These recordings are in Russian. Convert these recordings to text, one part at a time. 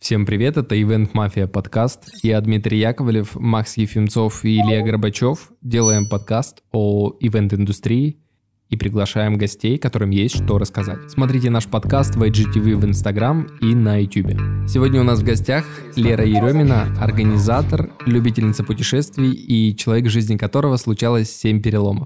Всем привет, это Event Mafia подкаст. Я Дмитрий Яковлев, Макс Ефимцов и Илья Горбачев. Делаем подкаст о ивент-индустрии и приглашаем гостей, которым есть что рассказать. Смотрите наш подкаст в IGTV в Instagram и на YouTube. Сегодня у нас в гостях Лера Еремина, организатор, любительница путешествий и человек, в жизни которого случалось 7 переломов.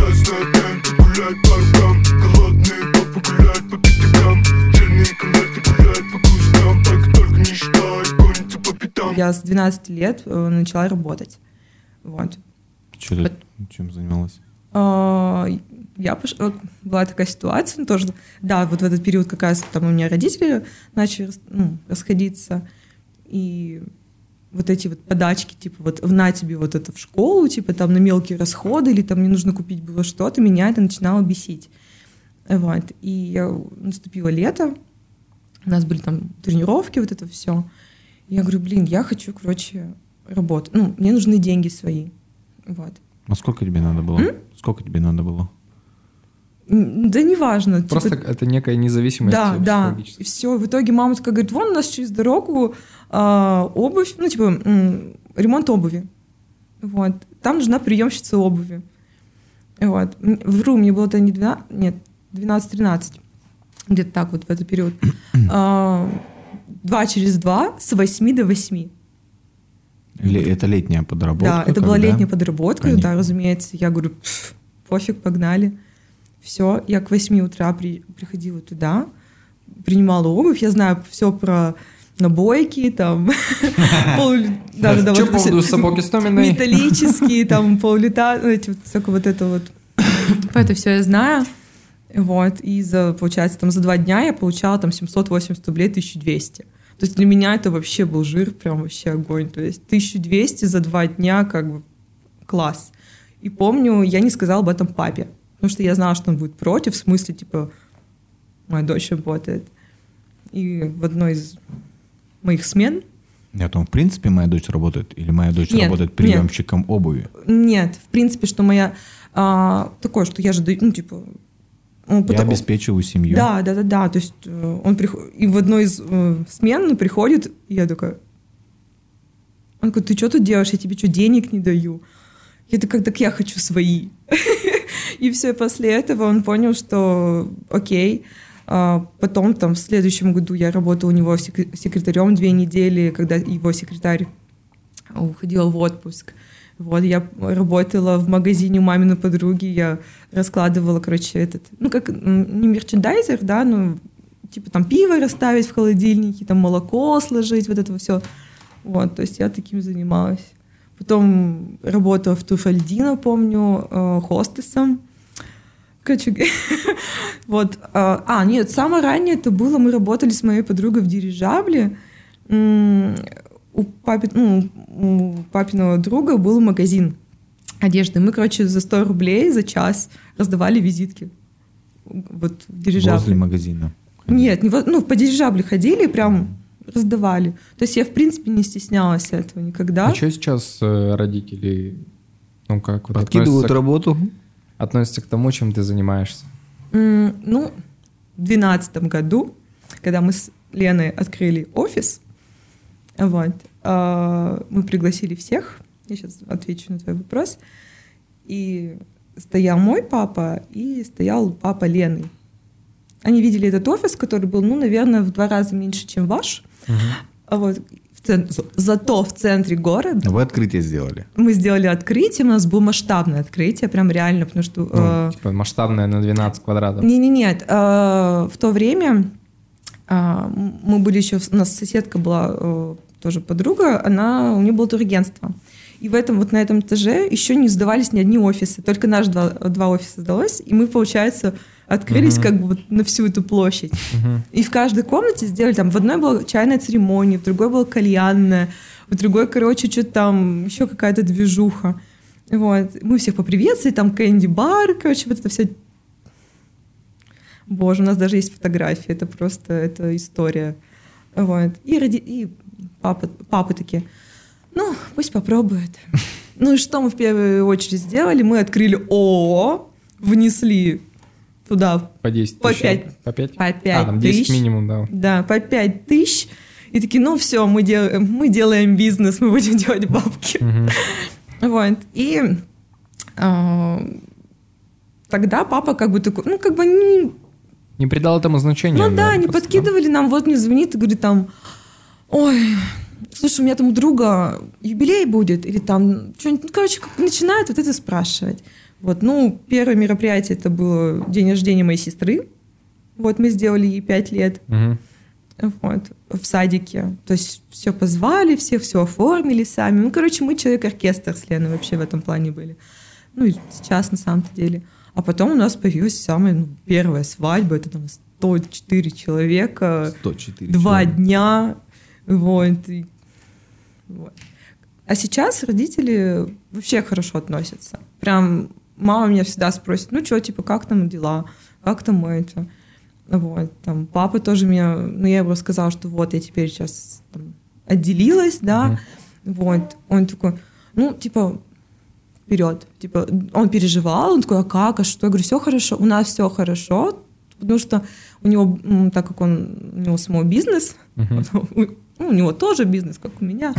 Я с 12 лет начала работать. Вот. Чем занималась? Была такая ситуация, тоже, да, вот в этот период как раз там у меня родители начали расходиться, и вот эти вот подачки, типа вот на тебе вот это в школу, типа там на мелкие расходы, или там мне нужно купить было что-то, меня это начинало бесить. Вот. И наступило лето, у нас были там тренировки, вот это все. Я говорю, я хочу, работать. Мне нужны деньги свои. Вот. А сколько тебе надо было? Сколько тебе надо было? Да неважно. Просто это некая независимость психологическая. Да. И все. В итоге мама такая говорит, вон у нас через дорогу обувь, ремонт обуви. Вот. Там нужна приемщица обуви. Вот. Вру, мне было-то не 12-13. Где-то так вот в этот период. 2 через 2 с 8 до 8. Это летняя подработка? Да, это была летняя подработка, да, разумеется. Я говорю, пофиг, погнали. Все, я к 8 утра приходила туда, принимала обувь. Я знаю все про набойки, там... Что по поводу сапог Истоминой? Металлические, там, пол-лита, всякое вот это вот. Это все я знаю. Вот, и получается, за 2 дня я получала там 780 рублей, 1200. То есть для меня это вообще был жир, прям вообще огонь. То есть 1200 за 2 дня, как бы, класс. И помню, я не сказала об этом папе, потому что я знала, что он будет против, в смысле, типа, моя дочь работает. И в одной из моих смен... Нет, в принципе, моя дочь работает? Или моя дочь работает приемщиком обуви? Нет, в принципе, что моя... такое, что я же, Я обеспечиваю семью. Да. То есть он приходит, и в одной из смен он приходит, и я такая... Он говорит, ты что тут делаешь? Я тебе что, денег не даю? Я такая, так я хочу свои. И все, после этого он понял, что окей. Потом там в следующем году я работала у него секретарем 2 недели, когда его секретарь уходил в отпуск. Вот, я работала в магазине у маминой подруги, я раскладывала, не мерчендайзер, да, типа там пиво расставить в холодильнике, там молоко сложить, вот это все. Вот, то есть я таким занималась. Потом работала в Туфальдино, помню, хостесом. Вот. Нет, самое раннее это было, мы работали с моей подругой в дирижабле. У папиного друга был магазин одежды. Мы, за 100 рублей за час раздавали визитки. Вот в дирижабле. Возле магазина? Нет, по дирижабле ходили и прям раздавали. То есть я, в принципе, не стеснялась этого никогда. А что сейчас родители, подкидывают работу? Относятся к тому, чем ты занимаешься? В 2012 году, когда мы с Леной открыли офис, вот, мы пригласили всех, я сейчас отвечу на твой вопрос, и стоял мой папа, и стоял папа Лены. Они видели этот офис, который был, наверное, в 2 раза меньше, чем ваш, вот, зато в центре города. Вы открытие сделали? Мы сделали открытие, у нас было масштабное открытие, прям реально, потому что... масштабное на 12 квадратов. Нет, в то время мы были еще... У нас соседка была... тоже подруга, у нее было турагентство. И на этом этаже еще не сдавались ни одни офисы, только наши 2 офиса сдалось, и мы, получается, открылись на всю эту площадь. И в каждой комнате сделали, в одной была чайная церемония, в другой была кальянная, в другой, что-то там, еще какая-то движуха. Вот. Мы всех поприветствовали, там кэнди-бар, вот это все. Боже, у нас даже есть фотографии, это просто, это история. Вот. И папы такие, пусть попробует. И что мы в первую очередь сделали? Мы открыли ООО, внесли туда по 10 по тысяч. 5 по 5? По 5 там 10 тысяч. минимум, да. Да, по 5 тысяч. И такие, ну все, мы делаем бизнес, мы будем делать бабки. Вот. И тогда папа как бы такой, ну как бы не придал этому значения. Ну да, они подкидывали нам, вот мне звонит и говорит там, ой, слушай, у меня там у друга юбилей будет, или там что-нибудь, ну, короче, начинают вот это спрашивать. Вот, ну, первое мероприятие, это было день рождения моей сестры. Вот, мы сделали ей 5 лет. Вот, в садике. То есть все позвали, все оформили сами. Ну, короче, мы человек-оркестр с Леной вообще в этом плане были. Ну, и сейчас на самом-то деле. А потом у нас появилась самая первая свадьба. Это там 104 человека. 104 2 дня. Вот. Вот. А сейчас родители вообще хорошо относятся. Прям мама меня всегда спросит, ну что, типа, как там дела? Как там это? Вот. Там папа тоже меня... Ну, я ему рассказала, что вот, я теперь сейчас там, отделилась, да. Вот. Он такой, ну, типа, вперед. Типа, он переживал, он такой, а как, а что? Я говорю, все хорошо, у нас все хорошо, потому что у него, так как у него самого бизнес, у него тоже бизнес, как у меня.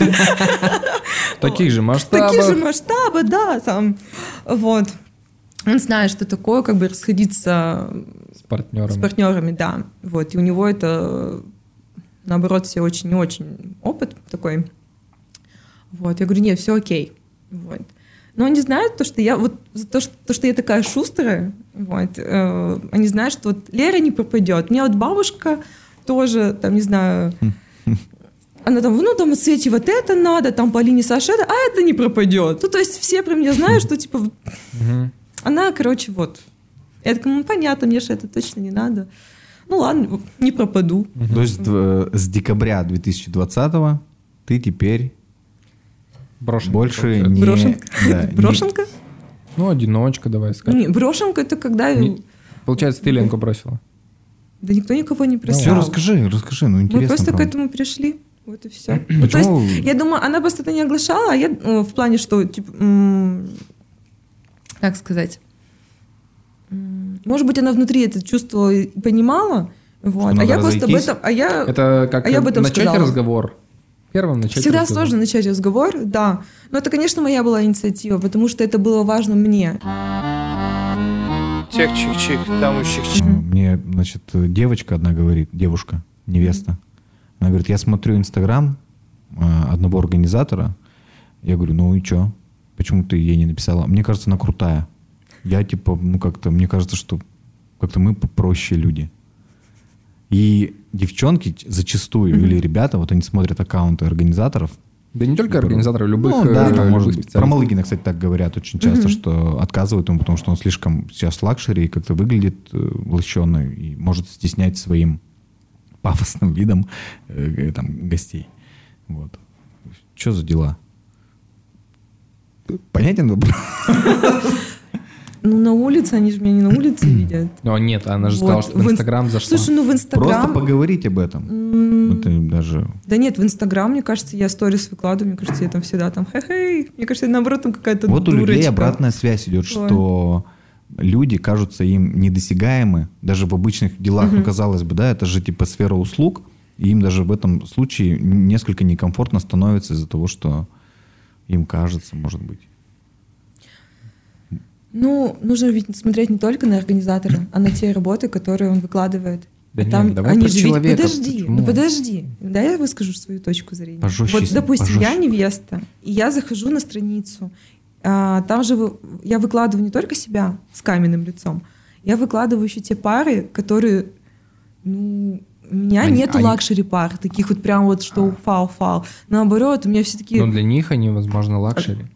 Таких же масштабов. Такие же масштабы, да, там, вот. Он знает, что такое, как бы расходиться с партнерами, да. Вот, и у него это, наоборот, все очень и очень опыт такой. Вот, я говорю, нет, все окей. Вот. Но они знают то, что я вот то, что я такая шустрая, вот, они знают, что вот Лера не пропадет. У меня вот бабушка тоже, там, не знаю, она там, ну, там, Свете вот это надо, там, Полине, Саше, а это не пропадет. Ну, то есть все про меня знают, что, типа, она, короче, вот. Я такая, ну, понятно, мне же это точно не надо. Ну, ладно, не пропаду. То есть с декабря 2020-го ты теперь брошенка, больше не... Брошенка? Да, Брошенка? Ну, одиночка, давай скажем. Не, брошенка — это когда... Получается, ты Ленку бросила. Да никто никого не бросал. Все, расскажи, ну, интересно. Мы просто правда. к этому пришли. Вот и все. Ну, то есть, я думаю, она просто это не оглашала, а я в плане, что, типа, как сказать, может быть, она внутри это чувствовала и понимала, вот, а я просто об этом, это как об этом начать сказала. Разговор. Первым начать Всегда разговор. сложно начать разговор, да. Но это, конечно, моя была инициатива, потому что это было важно мне. Чик-чик-чик, там и чик-чик. Мне, значит, девочка одна говорит, девушка, невеста, она говорит, я смотрю Инстаграм одного организатора, я говорю, ну и что? Почему ты ей не написала? Мне кажется, она крутая. Я типа, ну как-то, мне кажется, что как-то мы попроще люди. И девчонки зачастую, или ребята, вот они смотрят аккаунты организаторов. Да не только организаторов, любых, ну, да, там, может быть. специалистов. Про Малыгина, кстати, так говорят очень часто, что отказывают ему, потому что он слишком сейчас лакшери и как-то выглядит лощенно и может стеснять своим пафосным видом там, гостей. Вот. Что за дела? Понятен вопрос? Ну, на улице, они же меня не на улице видят. Ну, нет, она же Вот. сказала, что в Инстаграм зашла. Слушай, ну в Инстаграм... Просто поговорить об этом. Это даже... Да нет, в Инстаграм, мне кажется, я сторис выкладываю, мне кажется, я там всегда там хе-хей. Мне кажется, наоборот, там какая-то Вот дурочка. у людей обратная связь идет, что люди кажутся им недосягаемы, даже в обычных делах, ну, казалось бы, да, это же типа сфера услуг, и им даже в этом случае несколько некомфортно становится из-за того, что им кажется, может быть. Ну, нужно ведь смотреть не только на организатора, а на те работы, которые он выкладывает. Да А нет, там давай они про же человека. Подожди, Почему? ну подожди. Да, я выскажу свою точку зрения. Пожестче, Вот, допустим, пожестче. я невеста, и я захожу на страницу. Там же я выкладываю не только себя с каменным лицом, я выкладываю еще те пары, которые, ну, у меня нету лакшери пар, таких вот прям вот, что фау-фау. Наоборот, у меня все такие... Но для них они, возможно, лакшери.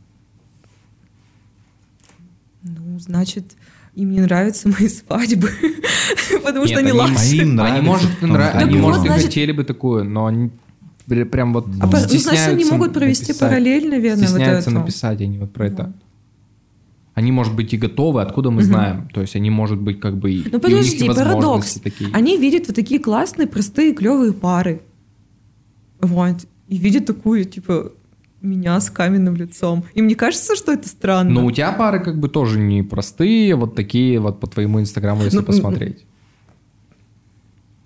Ну, значит, им не нравятся мои свадьбы, потому что они лакшери. Они, может, и значит- хотели бы такую, но они прям вот Ну, значит, стесняются они могут провести написать. параллель, наверное, вот Стесняются это. написать, они вот про это. Вот. Они, может быть, и готовы, откуда мы знаем. То есть они, может быть, как бы... Ну и у них подожди, и парадокс. возможности такие. Они видят вот такие классные, простые, клевые пары. Вот. И видят такую, типа, меня с каменным лицом. И мне кажется, что это странно. Но у тебя пары как бы тоже не простые, вот такие вот по твоему инстаграму, если посмотреть.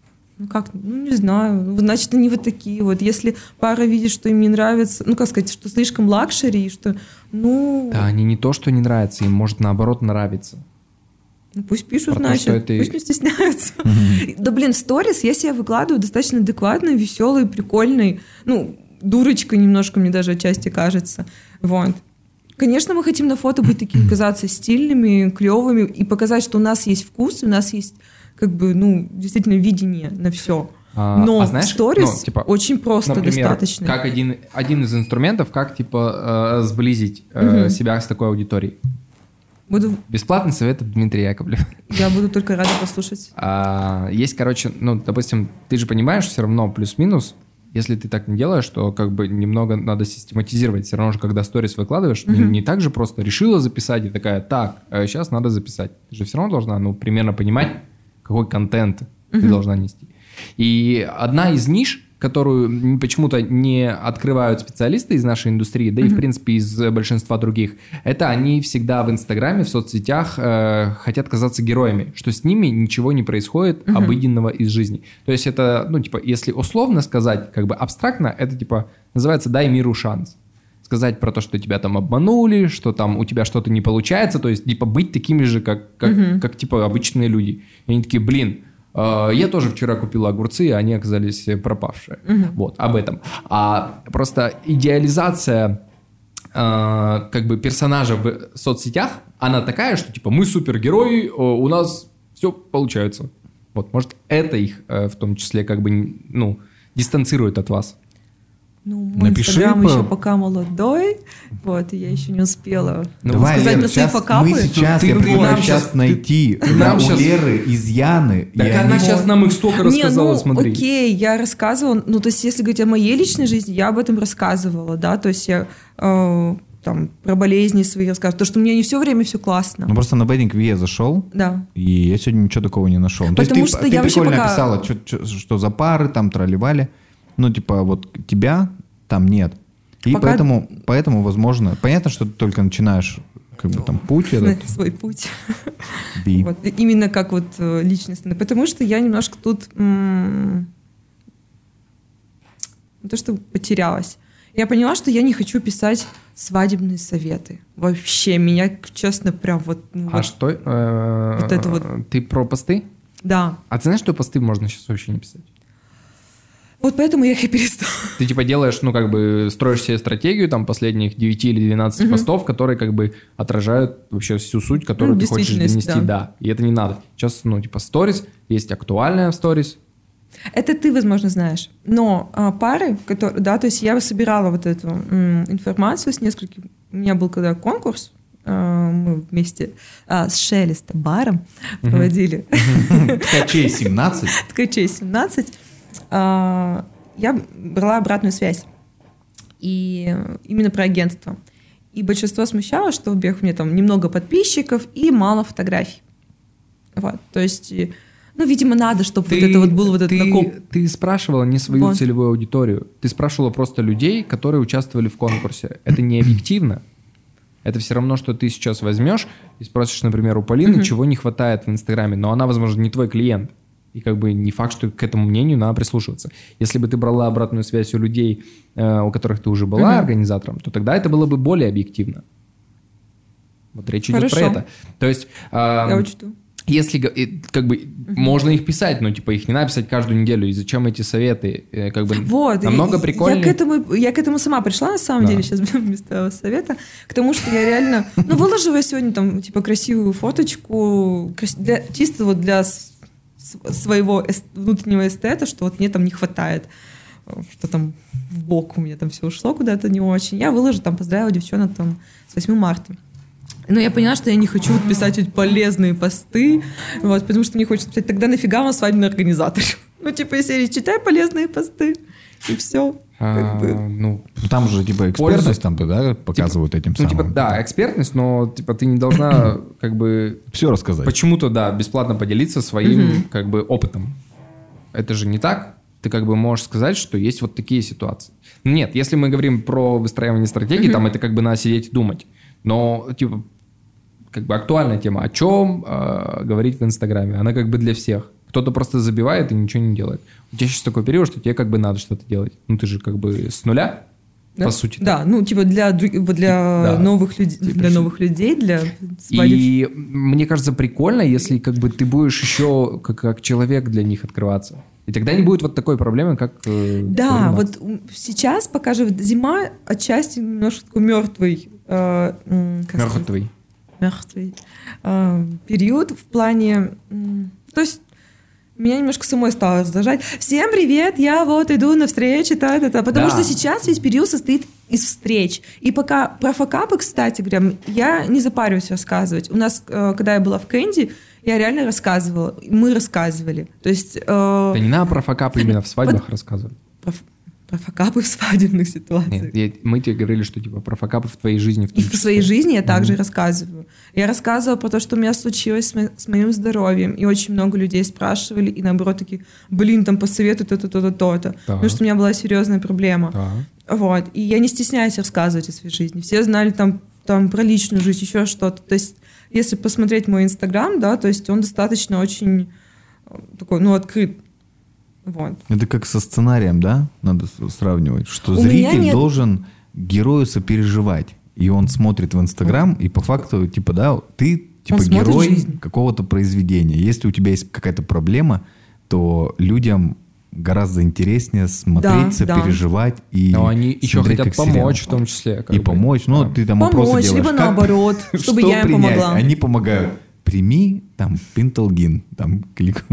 Ну как, ну не знаю, ну, значит, они вот такие вот. Если пара видит, что им не нравится, ну как сказать, что слишком лакшери, что, ну... Да, они не то, что не нравятся, им может наоборот нравиться. Ну, пусть пишут, Про то, значит, что это- пусть не стесняются. Да, блин, сторис я себя выкладываю достаточно адекватный, веселый, прикольный. Ну, дурочкой немножко, мне даже отчасти кажется. Вот. Конечно, мы хотим на фото быть такими, казаться стильными, клевыми и показать, что у нас есть вкус, у нас есть, как бы, ну, действительно видение на все. Но знаешь, сторис ну, типа, очень просто например, достаточно. как один из инструментов, как типа сблизить себя с такой аудиторией. Бесплатный совет от Дмитрия Яковлева. Я буду только рада послушать. Есть, короче, ну, допустим, ты же понимаешь все равно плюс-минус, если ты так не делаешь, то как бы немного надо систематизировать. Все равно же, когда сторис выкладываешь, не так же просто решила записать и такая, так, сейчас надо записать. Ты же все равно должна, ну, примерно понимать, какой контент ты должна нести. И одна из ниш, которую почему-то не открывают специалисты из нашей индустрии, да и, в принципе, из большинства других, это они всегда в Инстаграме, в соцсетях хотят казаться героями, что с ними ничего не происходит обыденного из жизни. То есть это, ну, типа, если условно сказать, как бы абстрактно, это, типа, называется «дай миру шанс». Сказать про то, что тебя там обманули, что там у тебя что-то не получается, то есть, типа, быть такими же, как типа, обычные люди. И они такие, блин, я тоже вчера купил огурцы, а они оказались пропавшие. Вот, об этом. А просто идеализация как бы персонажа в соцсетях, она такая, что типа мы супергерои, у нас все получается. Вот, может, это их в том числе как бы, ну, дистанцирует от вас. Ну, мой Инстаграм еще пока молодой, вот, и я еще не успела сказать на свои факапы. Мы сейчас, я предлагаю сейчас найти у Леры изъяны. Так она сейчас нам их столько рассказала, смотри. Окей, я рассказывала, ну, то есть, если говорить о моей личной жизни, я об этом рассказывала, да, то есть я там про болезни свои рассказывала, то, что у меня не все время все классно. Ну, просто на Wedding я зашел, да. И я сегодня ничего такого не нашел. Потому что я вообще прикольно пока... описала, что за пары, там, тролливали. Ну, типа, вот тебя там нет. И пока... поэтому, возможно, понятно, что ты только начинаешь как бы там путь этот. Свой путь. Вот. Именно как вот личностный. Потому что я немножко тут то, что потерялась. Я поняла, что я не хочу писать свадебные советы. Вообще, меня, честно, прям вот... что? Вот это вот. Ты про посты? Да. А ты знаешь, что посты можно сейчас вообще не писать? Вот поэтому я их и перестала. Ты типа делаешь, ну как бы строишь себе стратегию там последних 9 или 12 постов, которые как бы отражают вообще всю суть, которую ты хочешь донести. Да. И это не надо. Сейчас, ну типа сторис, есть актуальная сторис. Это ты, возможно, знаешь. Но пары, которые, да, то есть я собирала вот эту информацию с несколькими... У меня был когда конкурс, мы вместе с Шелеста-баром проводили. Ткачей 17. Ткачей 17. Я брала обратную связь. И именно про агентство. И большинство смущало, что, во-первых, у меня там немного подписчиков и мало фотографий. Вот. То есть, ну, видимо, надо, чтобы вот это вот был вот этот накоп. Ты спрашивала не свою целевую аудиторию. Ты спрашивала просто людей, которые участвовали в конкурсе. Это не объективно. Это все равно, что ты сейчас возьмешь и спросишь, например, у Полины, чего не хватает в Инстаграме, но она, возможно, не твой клиент. И как бы не факт, что к этому мнению надо прислушиваться. Если бы ты брала обратную связь у людей, у которых ты уже была организатором, то тогда это было бы более объективно. Вот речь идет про это. То есть... Я учту. Если как бы можно их писать, но типа их не надо писать каждую неделю. И зачем эти советы? Как бы вот, намного прикольнее. Я к этому сама пришла, на самом деле, сейчас вместо совета, к тому, что я реально... Ну, выложила сегодня там типа красивую фоточку, чисто вот для своего внутреннего эстета, что вот мне там не хватает, что там в бок у меня там все ушло куда-то не очень. Я выложу, там, поздравила девчонок там с 8 марта. Но я поняла, что я не хочу писать вот полезные посты, вот, потому что мне хочется писать, тогда нафига вам свадебный организатор? Ну, типа, из серии читай полезные посты, и все. Ну, там же, типа, экспертность там, да, показывают этим самым. Ну, типа, да, экспертность, но, типа, ты не должна, как бы... Все рассказать. Почему-то, да, бесплатно поделиться своим, как бы, опытом. Это же не так. Ты, как бы, можешь сказать, что есть вот такие ситуации. Нет, если мы говорим про выстраивание стратегии, там это, как бы, надо сидеть и думать. Но, типа, как бы, актуальная тема. О чем говорить в Инстаграме? Она, как бы, для всех. Кто-то просто забивает и ничего не делает. У тебя сейчас такой период, что тебе как бы надо что-то делать. Ну, ты же как бы с нуля, Да? по сути. Да, ну, типа для Да. новых людей, Ты для пришел. новых людей, для свадеб. И мне кажется, прикольно, если как бы ты будешь еще как человек для них открываться. И тогда не будет вот такой проблемы, как... Да, заниматься. вот сейчас, пока же зима, отчасти немножко такой мертвый, Мертвый. мертвый период в плане... То есть меня немножко самой стало раздражать. Всем привет, я вот иду на встречи, та-та-та. Потому Да. что сейчас весь период состоит из встреч. И пока про факапы, кстати говоря, я не запариваюсь рассказывать. У нас, когда я была в Кэнди, я реально рассказывала. Мы рассказывали. То есть... Да не надо про факапы именно в свадьбах рассказывать. Про факапы в свадебных ситуациях. Нет, мы тебе говорили, что типа про факапы в твоей жизни. В том И в числе. своей жизни я также рассказываю. Я рассказывала про то, что у меня случилось с моим здоровьем, и очень много людей спрашивали, и наоборот такие, блин, там посоветуй то-то, то-то, то-то. Потому что у меня была серьезная проблема. Да. Вот. И я не стесняюсь рассказывать о своей жизни. Все знали там про личную жизнь, еще что-то. То есть, если посмотреть мой Инстаграм, да, то есть он достаточно очень такой, ну, открыт. Вот. Это как со сценарием, да? Надо сравнивать. Что У меня зритель нет- должен герою сопереживать. И он смотрит в Инстаграм, и по факту, типа, да, ты типа Он смотрит герой жизнь. какого-то произведения. Если у тебя есть какая-то проблема, то людям гораздо интереснее смотреть, Да, да. сопереживать и Но они еще смотреть хотят как сериал. помочь в том числе. как И бы. помочь. Ну, Да. ты там вопросы Помочь, делаешь. либо Как- наоборот, чтобы что я им принять? помогла. Они помогают. Прими там пенталгин, там клик.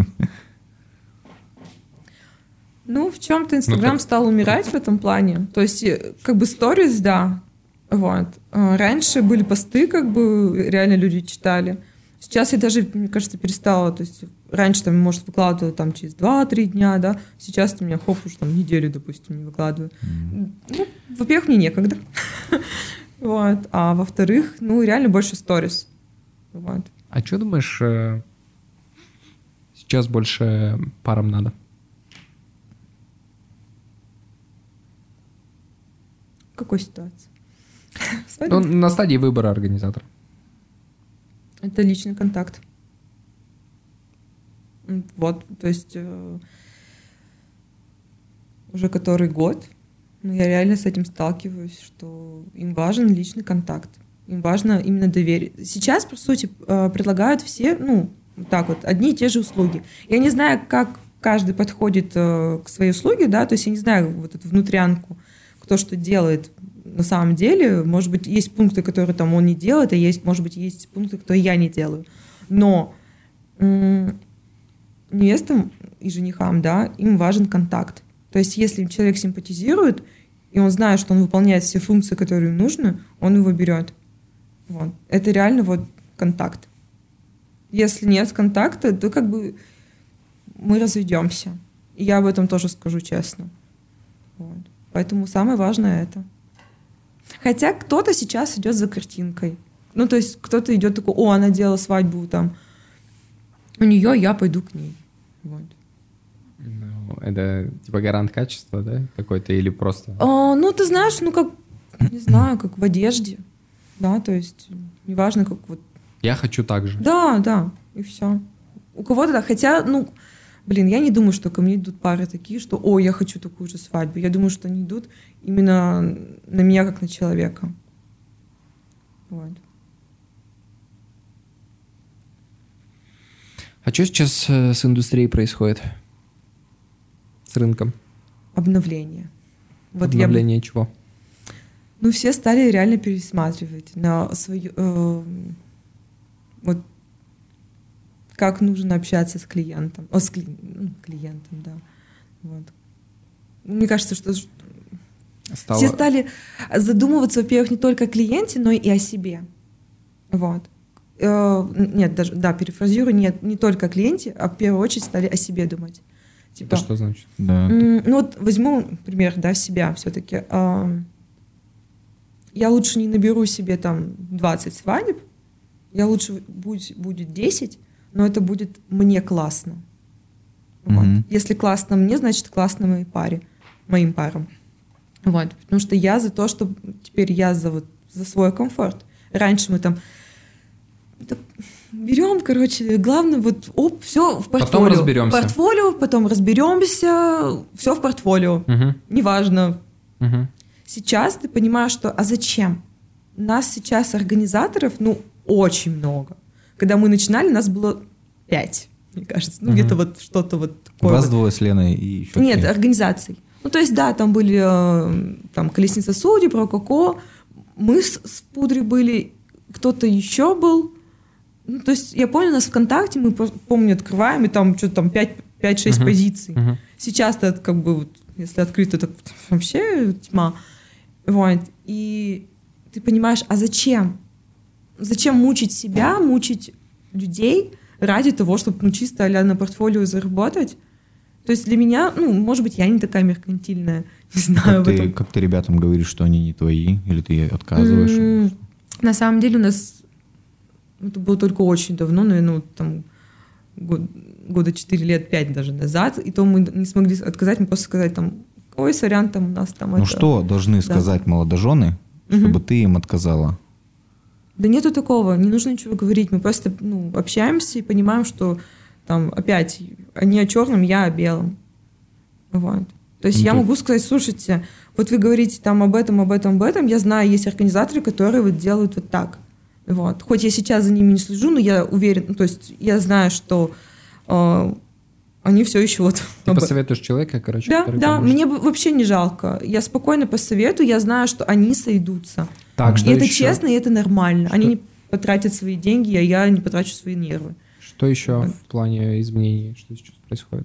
Ну, в чем-то Инстаграм так- стал умирать в этом плане. То есть, как бы сторис, да. Вот. Раньше были посты, как бы реально люди читали. Сейчас я даже, мне кажется, перестала. То есть, раньше там, может, выкладывала там через 2-3 дня, да. Сейчас у меня, хоп, уж там неделю, допустим, не выкладываю. Ну, во-первых, мне некогда. Вот. А во-вторых, ну, реально больше сторис. Вот. А что думаешь, сейчас больше парам надо? В какой ситуации? В Ну, свадьбе? на стадии выбора организатора. Это личный контакт. Вот, то есть уже который год, ну, я реально с этим сталкиваюсь, что им важен личный контакт, им важно именно доверие. Сейчас, по сути, предлагают все, ну, так вот, одни и те же услуги. Я не знаю, как каждый подходит к своей услуге, да, то есть я не знаю вот эту внутрянку, кто что делает на самом деле. Может быть, есть пункты, которые там он не делает, а есть, может быть, есть пункты, которые я не делаю. Но невестам и женихам, да, им важен контакт. То есть если человек симпатизирует, и он знает, что он выполняет все функции, которые ему нужны, он его берет. Вот. Это реально вот контакт. Если нет контакта, то как бы мы разведемся. И я об этом тоже скажу честно. Вот. Поэтому самое важное это. Хотя кто-то сейчас идет за картинкой. Ну, то есть кто-то идет такой, о, она делала свадьбу там. У нее, я пойду к ней. Вот. Ну, это типа гарант качества, да, какой-то, или просто... Ну, ты знаешь, ну, как, не знаю, как в одежде. Да, то есть неважно, как вот. Я хочу так же. Да, и все. У кого-то, да, хотя, ну, блин, я не думаю, что ко мне идут пары такие, что, о, я хочу такую же свадьбу. Я думаю, что они идут именно на меня, как на человека. Вот. А что сейчас с индустрией происходит? С рынком? Обновление. Вот Обновление чего? Ну, все стали реально пересматривать на свою... вот как нужно общаться с клиентом. Клиентом, да. Вот. Мне кажется, что все стали задумываться, во-первых, не только о клиенте, но и о себе. Вот. Нет, даже, да, перефразирую, нет, не только о клиенте, а в первую очередь стали о себе думать. Типа, Это что значит? Да. ну вот возьму пример, да, себя все-таки. Я лучше не наберу себе там 20 свадеб, я лучше будет 10, но это будет мне классно. Вот. Если классно мне, значит классно моей паре, моим парам. Вот. Потому что я за то, что теперь я за свой комфорт. Раньше мы там... берем, короче, главное, вот, все в портфолио. Потом разберемся. Портфолио, потом разберемся, все в портфолио. Неважно. Сейчас ты понимаешь, что, а зачем? Нас сейчас организаторов, очень много. Когда мы начинали, нас было 5, мне кажется. Где-то вот что-то вот такое. Вас вот. двое с Леной и еще Нет, 3. организаций. То есть, да, там были там «Колесница судеб», «Рококо», мы с Пудрей были, кто-то еще был. То есть, я помню, у нас ВКонтакте, мы, помню, открываем, и там что-то там 5-6 позиций. Сейчас-то, как бы, вот, если открыть, то это вообще тьма. Вот. И ты понимаешь, а зачем? Зачем мучить себя, мучить людей ради того, чтобы, чисто а-ля на портфолио заработать? То есть для меня, может быть, я не такая меркантильная, не знаю. Как ты ребятам говоришь, что они не твои, или ты отказываешь? На самом деле у нас, это было только очень давно, наверное, там года 4 лет, 5 даже назад, и то мы не смогли отказать, мы просто сказать там, ой, сорян, там у нас там это... Что должны сказать молодожены, чтобы ты им отказала? Да нету такого, не нужно ничего говорить, мы просто общаемся и понимаем, что там опять они о черном, я о белом. Вот. То есть я могу сказать, слушайте, вот вы говорите там об этом, я знаю, есть организаторы, которые вот делают вот так. Вот. Хоть я сейчас за ними не слежу, но я уверен, то есть я знаю, что они все еще вот... Ты посоветуешь человека, короче, да, который да, поможет. мне вообще не жалко. Я спокойно посоветую, я знаю, что они сойдутся. Так, что и это еще? честно, и это нормально. Что? Они не потратят свои деньги, а я не потрачу свои нервы. Что еще в плане изменений? Что сейчас происходит?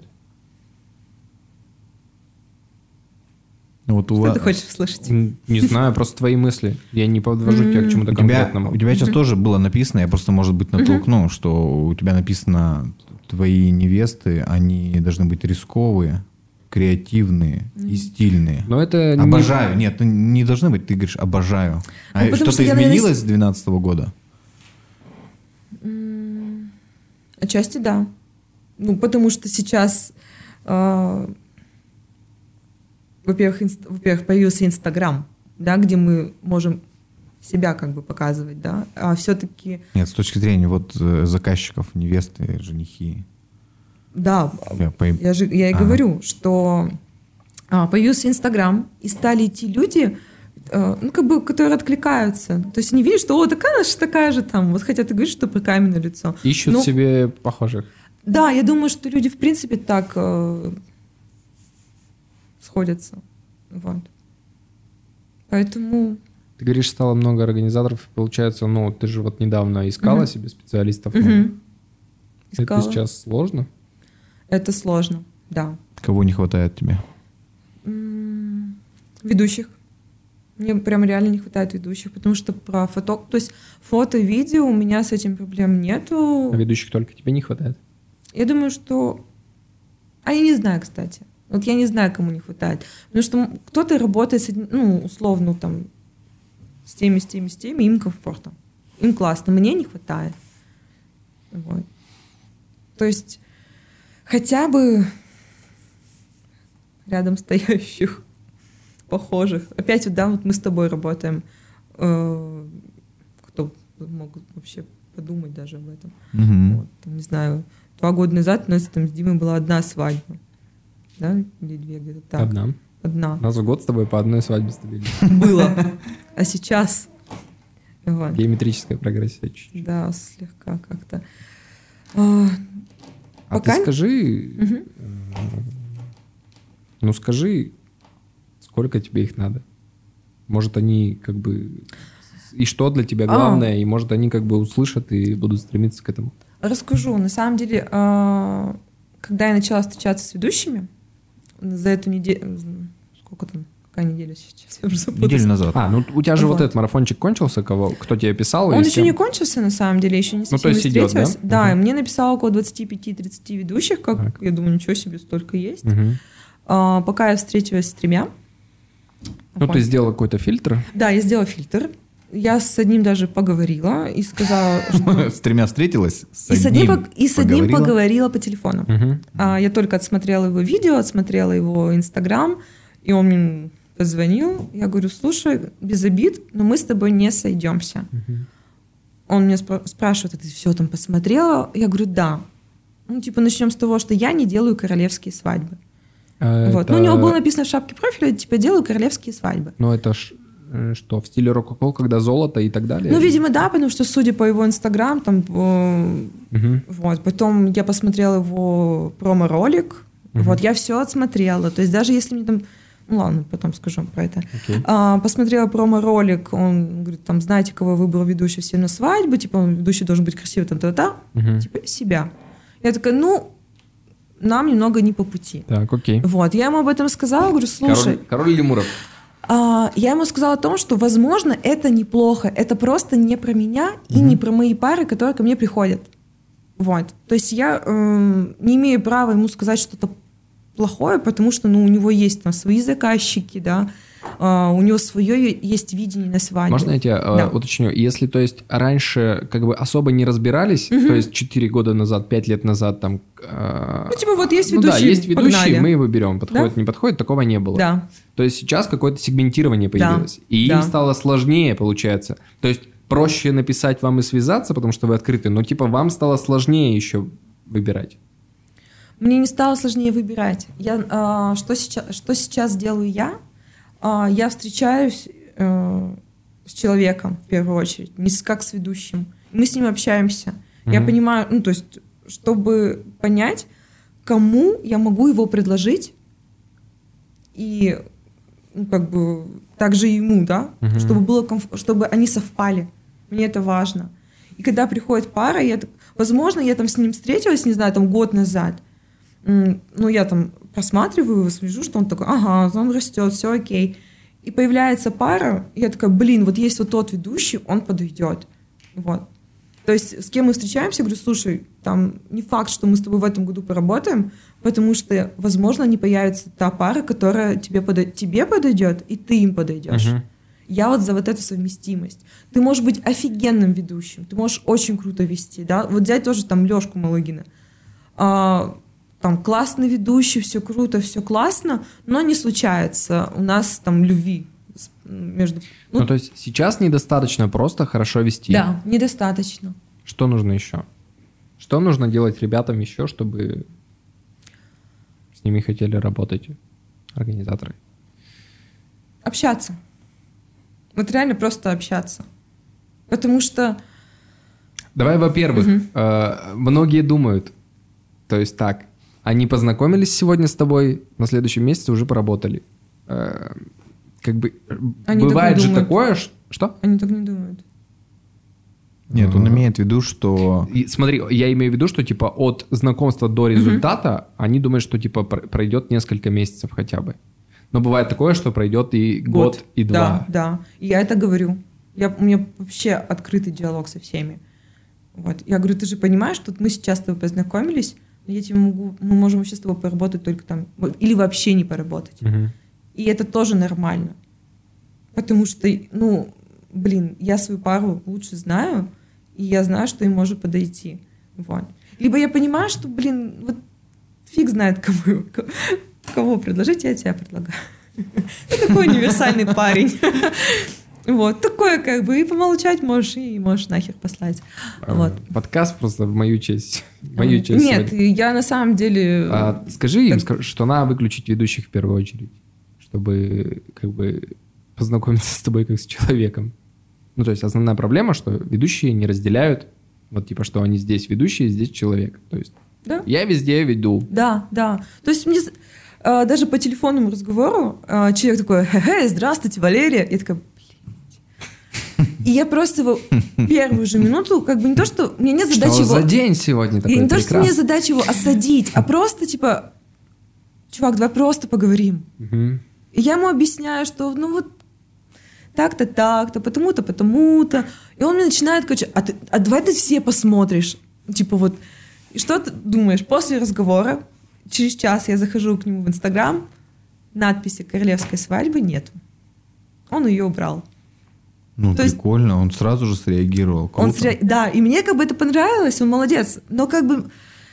Вот что ты хочешь услышать? Не знаю, просто твои мысли. Я не подвожу тебя к чему-то конкретному. У тебя сейчас тоже было написано, я просто, может быть, натолкну, что у тебя написано, твои невесты, они должны быть рисковые, креативные и стильные. Но это обожаю. Нет, не должны быть, ты говоришь обожаю. Что-то что изменилось с 2012 года? Отчасти да. Потому что сейчас, во-первых, появился Инстаграм, да, где мы можем себя как бы показывать, да, а все-таки... Нет, с точки зрения вот заказчиков, невесты, женихи. Да, я и говорю, что появился Инстаграм, и стали идти люди, которые откликаются. То есть они видят, что такая же там, вот хотя ты говоришь, что про каменное лицо. Ищут себе похожих. Да, я думаю, что люди в принципе так сходятся. Вот. Поэтому... Ты говоришь, стало много организаторов, получается, ты же вот недавно искала себе специалистов. Это сейчас сложно? Это сложно, да. Кого не хватает тебе? Ведущих. Мне прям реально не хватает ведущих, потому что то есть фото, видео, у меня с этим проблем нету. А ведущих только тебе не хватает? Я думаю, что... я не знаю, кстати. Вот я не знаю, кому не хватает. Потому что кто-то работает с, условно, там, с теми, им комфортно. Им классно. Мне не хватает. Вот. То есть хотя бы рядом стоящих, похожих. Опять вот мы с тобой работаем. Кто могут вообще подумать даже об этом. Вот, не знаю, 2 года назад у нас там с Димой была одна свадьба. Да? Или 2, где-то так. Одна. Раз в год с тобой по одной свадьбе стабильно. Было. А сейчас... Вот. Геометрическая прогрессия чуть-чуть. Да, слегка как-то. Ты скажи... скажи, сколько тебе их надо? Может, они как бы... И что для тебя главное? И может, они как бы услышат и будут стремиться к этому? Расскажу. На самом деле, когда я начала встречаться с ведущими, за эту неделю... Сколько там? Какая неделя сейчас? Я уже запуталась. Неделю назад. У тебя же вот этот марафончик кончился? Кто тебе писал? Он еще не кончился, на самом деле. Еще не совсем встретилась. Да, и мне написало около 25-30 ведущих. Я думаю, ничего себе, столько есть. Пока я встретилась с 3. Ты сделала какой-то фильтр? Да, я сделала фильтр. Я с одним даже поговорила и сказала, что... С 3 встретилась? И с одним поговорила по телефону. Я только отсмотрела его видео, отсмотрела его Инстаграм, и он мне позвонил. Я говорю, слушай, без обид, но мы с тобой не сойдемся. он меня спрашивает, ты все там посмотрела? Я говорю, да. Ну, типа, начнем с того, что я не делаю королевские свадьбы. Вот. Ну, у него было написано в шапке профиля, типа, делаю королевские свадьбы. Ну, это что, в стиле рококо, когда золото и так далее? Ну, видимо, да, потому что, судя по его инстаграм, там, вот, потом я посмотрела его промо-ролик, вот, я все отсмотрела, то есть даже если мне там, ну, ладно, потом скажу про это. Посмотрела промо-ролик, он говорит, там, знаете, кого выбрал ведущий всем на свадьбу, типа, ведущий должен быть красивый, там-то-то, типа, себя. Я такая, ну, нам немного не по пути. Так, окей. Вот, я ему об этом сказала, говорю, слушай... Король лемуров. Я ему сказала о том, что, возможно, это неплохо, это просто не про меня и не про мои пары, которые ко мне приходят. Вот. То есть я не имею права ему сказать что-то плохое, потому что, ну, у него есть там свои заказчики, да, у него свое есть видение на свадьбе. Можно я тебя уточню? Если, то есть, раньше как бы особо не разбирались, то есть 4 года назад, 5 лет назад там... ну, типа вот есть ведущий, да, есть ведущий, погнали. мы его берем. Подходит, Да? не подходит, такого не было. Да. То есть сейчас какое-то сегментирование появилось. И им стало сложнее, получается. То есть проще написать вам и связаться, потому что вы открыты, но типа вам стало сложнее еще выбирать. Мне не стало сложнее выбирать. Что сейчас делаю я? Я встречаюсь с человеком, в первую очередь, не как с ведущим. Мы с ним общаемся. Я понимаю, ну, то есть, чтобы понять, кому я могу его предложить, и, ну, как бы, также ему, да, чтобы было чтобы они совпали. Мне это важно. И когда приходит пара, возможно, я там с ним встретилась, не знаю, там год назад, ну, я там просматриваю его, слежу, что он такой, ага, он растет, все окей. И появляется пара, и я такая, блин, вот есть вот тот ведущий, он подойдет. Вот. То есть с кем мы встречаемся, говорю, слушай, там не факт, что мы с тобой в этом году поработаем, потому что, возможно, не появится та пара, которая тебе подойдет, и ты им подойдешь. Я вот за вот эту совместимость. Ты можешь быть офигенным ведущим, ты можешь очень круто вести, да. Вот взять тоже там Лёшку Малыгина. Там классный ведущий, все круто, все классно, но не случается у нас там любви между... Ну, то есть сейчас недостаточно просто хорошо вести. Да, недостаточно. Что нужно еще? Что нужно делать ребятам еще, чтобы с ними хотели работать организаторы? Общаться. Вот реально просто общаться. Потому что... Давай, во-первых, многие думают, то есть так, они познакомились сегодня с тобой, на следующем месяце уже поработали. Как бы Они бывает так не же думают. такое, что? Они так не думают. Нет, он имеет в виду, что... И смотри, я имею в виду, что типа от знакомства до результата они думают, что типа пройдет несколько месяцев хотя бы. Но бывает такое, что пройдет и год и два. Да. И я это говорю. У меня вообще открытый диалог со всеми. Вот. Я говорю, ты же понимаешь, что мы сейчас с тобой познакомились, но мы можем вообще с тобой поработать только там, или вообще не поработать. И это тоже нормально. Потому что, ну, блин, я свою пару лучше знаю, и я знаю, что им может подойти. Вот. Либо я понимаю, что, блин, вот фиг знает, кого предложить, я тебя предлагаю. Ты такой универсальный парень. Вот, такое как бы, и помолчать можешь, и можешь нахер послать. Вот. Подкаст просто в мою честь. Нет, сегодня. Я на самом деле... Скажи им, что надо выключить ведущих в первую очередь, чтобы как бы познакомиться с тобой как с человеком. Ну, то есть основная проблема, что ведущие не разделяют, вот типа, что они здесь ведущие, здесь человек. То есть я везде веду. Да. То есть мне даже по телефонному разговору человек такой, здравствуйте, Валерия. Я такая... И я просто его первую же минуту, как бы не то, что... Мне нет задачи его... Что за день сегодня такой не прекрасный? то, что мне задача его осадить, а просто типа... Чувак, давай просто поговорим. И я ему объясняю, что ну вот так-то, потому-то. И он мне начинает, короче, давай ты все посмотришь. Типа вот... И что ты думаешь? После разговора, через час я захожу к нему в Инстаграм, надписи «Королевской свадьбы» нет. Он ее убрал. Ну, то прикольно, он сразу же среагировал. Да, и мне как бы это понравилось, он молодец. Но как бы...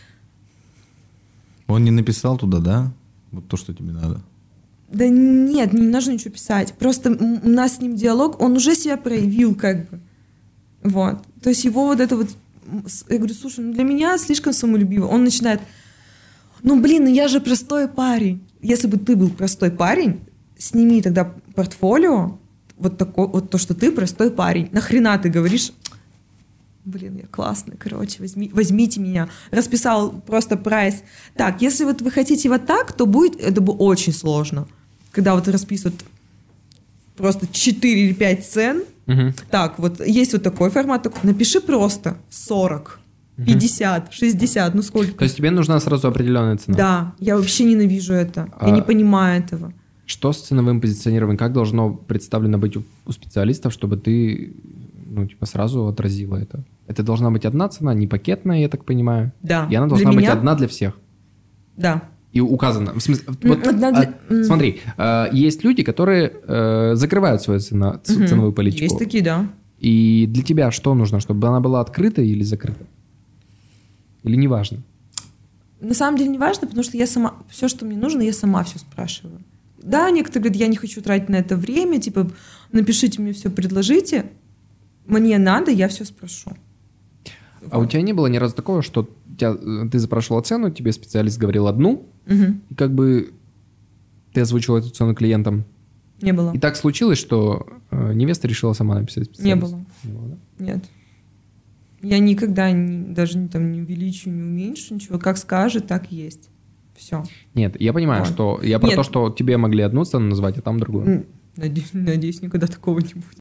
Он не написал туда, да? Вот то, что тебе надо. Да нет, не нужно ничего писать. Просто у нас с ним диалог, он уже себя проявил как бы. Вот. То есть его вот это вот... Я говорю, слушай, ну для меня слишком самолюбиво. Он начинает, я же простой парень. Если бы ты был простой парень, сними тогда портфолио, вот то, что ты простой парень. Нахрена ты говоришь, я классный, возьмите меня. Расписал просто прайс. Так, если вот вы хотите вот так, то это будет очень сложно. Когда вот расписывают просто 4 или 5 цен. Так, вот есть вот такой формат. Напиши просто 40, 50, 60, сколько. То есть тебе нужна сразу определенная цена? Да, я вообще ненавижу это. Я не понимаю этого. Что с ценовым позиционированием? Как должно представлено быть у специалистов, чтобы ты сразу отразила это? Это должна быть одна цена, не пакетная, я так понимаю? Да. И она должна быть одна для всех? Да. И указано. В смысле, смотри, есть люди, которые закрывают свою ценовую политику. Есть такие, да. И для тебя что нужно? Чтобы она была открыта или закрыта? Или не важно? На самом деле не важно, потому что я сама... Все, что мне нужно, я сама все спрашиваю. Да, некоторые говорят, я не хочу тратить на это время, напишите мне все, предложите. Мне надо, я все спрошу. А у тебя не было ни разу такого, что ты запрашивала цену, тебе специалист говорил одну, и ты озвучила эту цену клиентам? Не было. И так случилось, что невеста решила сама написать специалисту? Не было. Да? Нет. Я никогда даже не увеличу, не уменьшу ничего. Как скажет, так и есть. Все. Нет, я понимаю, что я про то, что тебе могли одну цену назвать, а там другую. Надеюсь, никогда такого не будет.